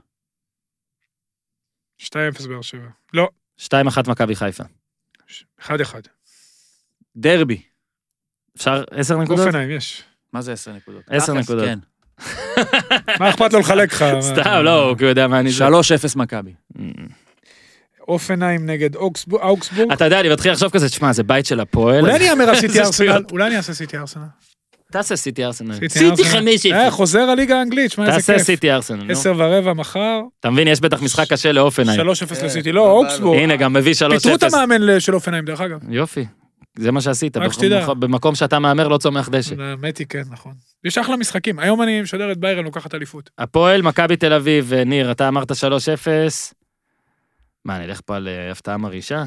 שתיים אפס באר שבע. לא. שתיים אחת מכבי חיפה. אחד אחד. דרבי. אפשר עשר נקודות? אופנהיים, יש. מה זה עשר נקודות? עשר נקודות. כן. מה אכפת לו לחלק לך? סתם, לא, כי הוא יודע מה אני... שלוש אפס מכבי. אופנהיים נגד אוגסבורג. אתה יודע, אני מתחיל לחשוב כזה, תשמע, זה בית של הפועל. אולי אני אמר הסיטי ארסנל? אולי אני אעשה סיטי ארסנל? תעשה סיטי ארסנל. סיטי חמש אפס. חוזר הליגה האנגלית, שמע איזה כיף. תעשה סיטי ארסנל. עשר ורבע מחר. אתה מבין, יש בטח משחק קשה לאופנהיים. שלוש אפס לסיטי, לא, אוגסבורג. הנה, גם מביא שלוש אפס. פיתרו את המאמן של אופנהיים, דרך אגב. יופי. זה מה שעשית. רק שתדע. במקום שאתה מאמר לא צומח דשא. מתי, כן, נכון. יש אחלה משחקים. היום אני משדר את ביירן, לוקחת אליפות. הפועל, מכבי תל אביב, ניר, אתה אמרת שלוש אפס. מה, נלך פה על הפתעה מרעישה?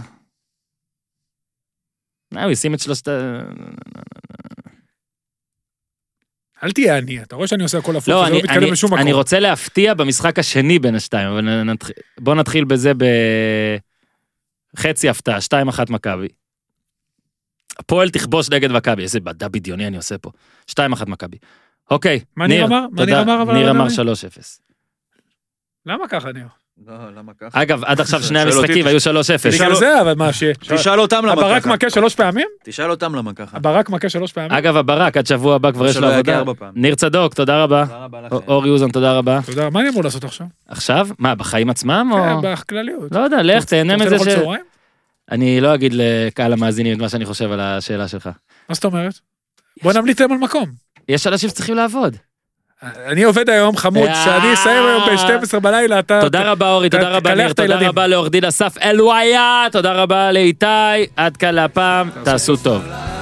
לא, הוא ישים את שלושת... אל תהיה אני, אתה רואה שאני עושה הכל הפוך, לא, וזה אני, לא מתקדם אני, בשום מקום. אני רוצה להפתיע במשחק השני בין השתיים, אבל נתח... בוא נתחיל בזה בחצי הפתעה, שתיים אחת מכבי. הפועל תכבוש נגד מכבי, איזה מדע בדיוני אני עושה פה. שתיים אחת מכבי. אוקיי, מה ניר אמר? מה ניר אמר? ניר אמר שלוש אפס. למה ככה ניר? לא, למה ככה? אגב, עד עכשיו שני המשחקים היו שלוש אפס. בגלל זה, אבל מה ש... תשאל אותם למה ככה. הברק מכה שלוש פעמים? תשאל אותם למה ככה. הברק מכה שלוש פעמים? אגב, הברק, עד שבוע הבא כבר יש לו עבודה. ניר צדוק, תודה רבה. תודה רבה לכם. אורי אוזן, תודה רבה. תודה, מה אני אמור לעשות עכשיו? עכשיו? מה, בחיים עצמם או... כן, בכלליות. לא יודע, לך, תהנה מזה ש... אתה רוצה לאכול צהריים? אני לא אגיד לקהל המאזינים את מה שאני חושב על השאלה שלך. מה זאת אומרת? בוא נמליץ להם על מקום. יש אנשים שצריכים לעבוד. אני עובד היום חמוד, שאני אסיים היום ב-שתים עשרה בלילה, אתה... תודה רבה אורי, תודה רבה ניר, תודה רבה לעורך דין אסף אלוויה, תודה רבה לאיתי, עד כאן להפעם, תעשו טוב.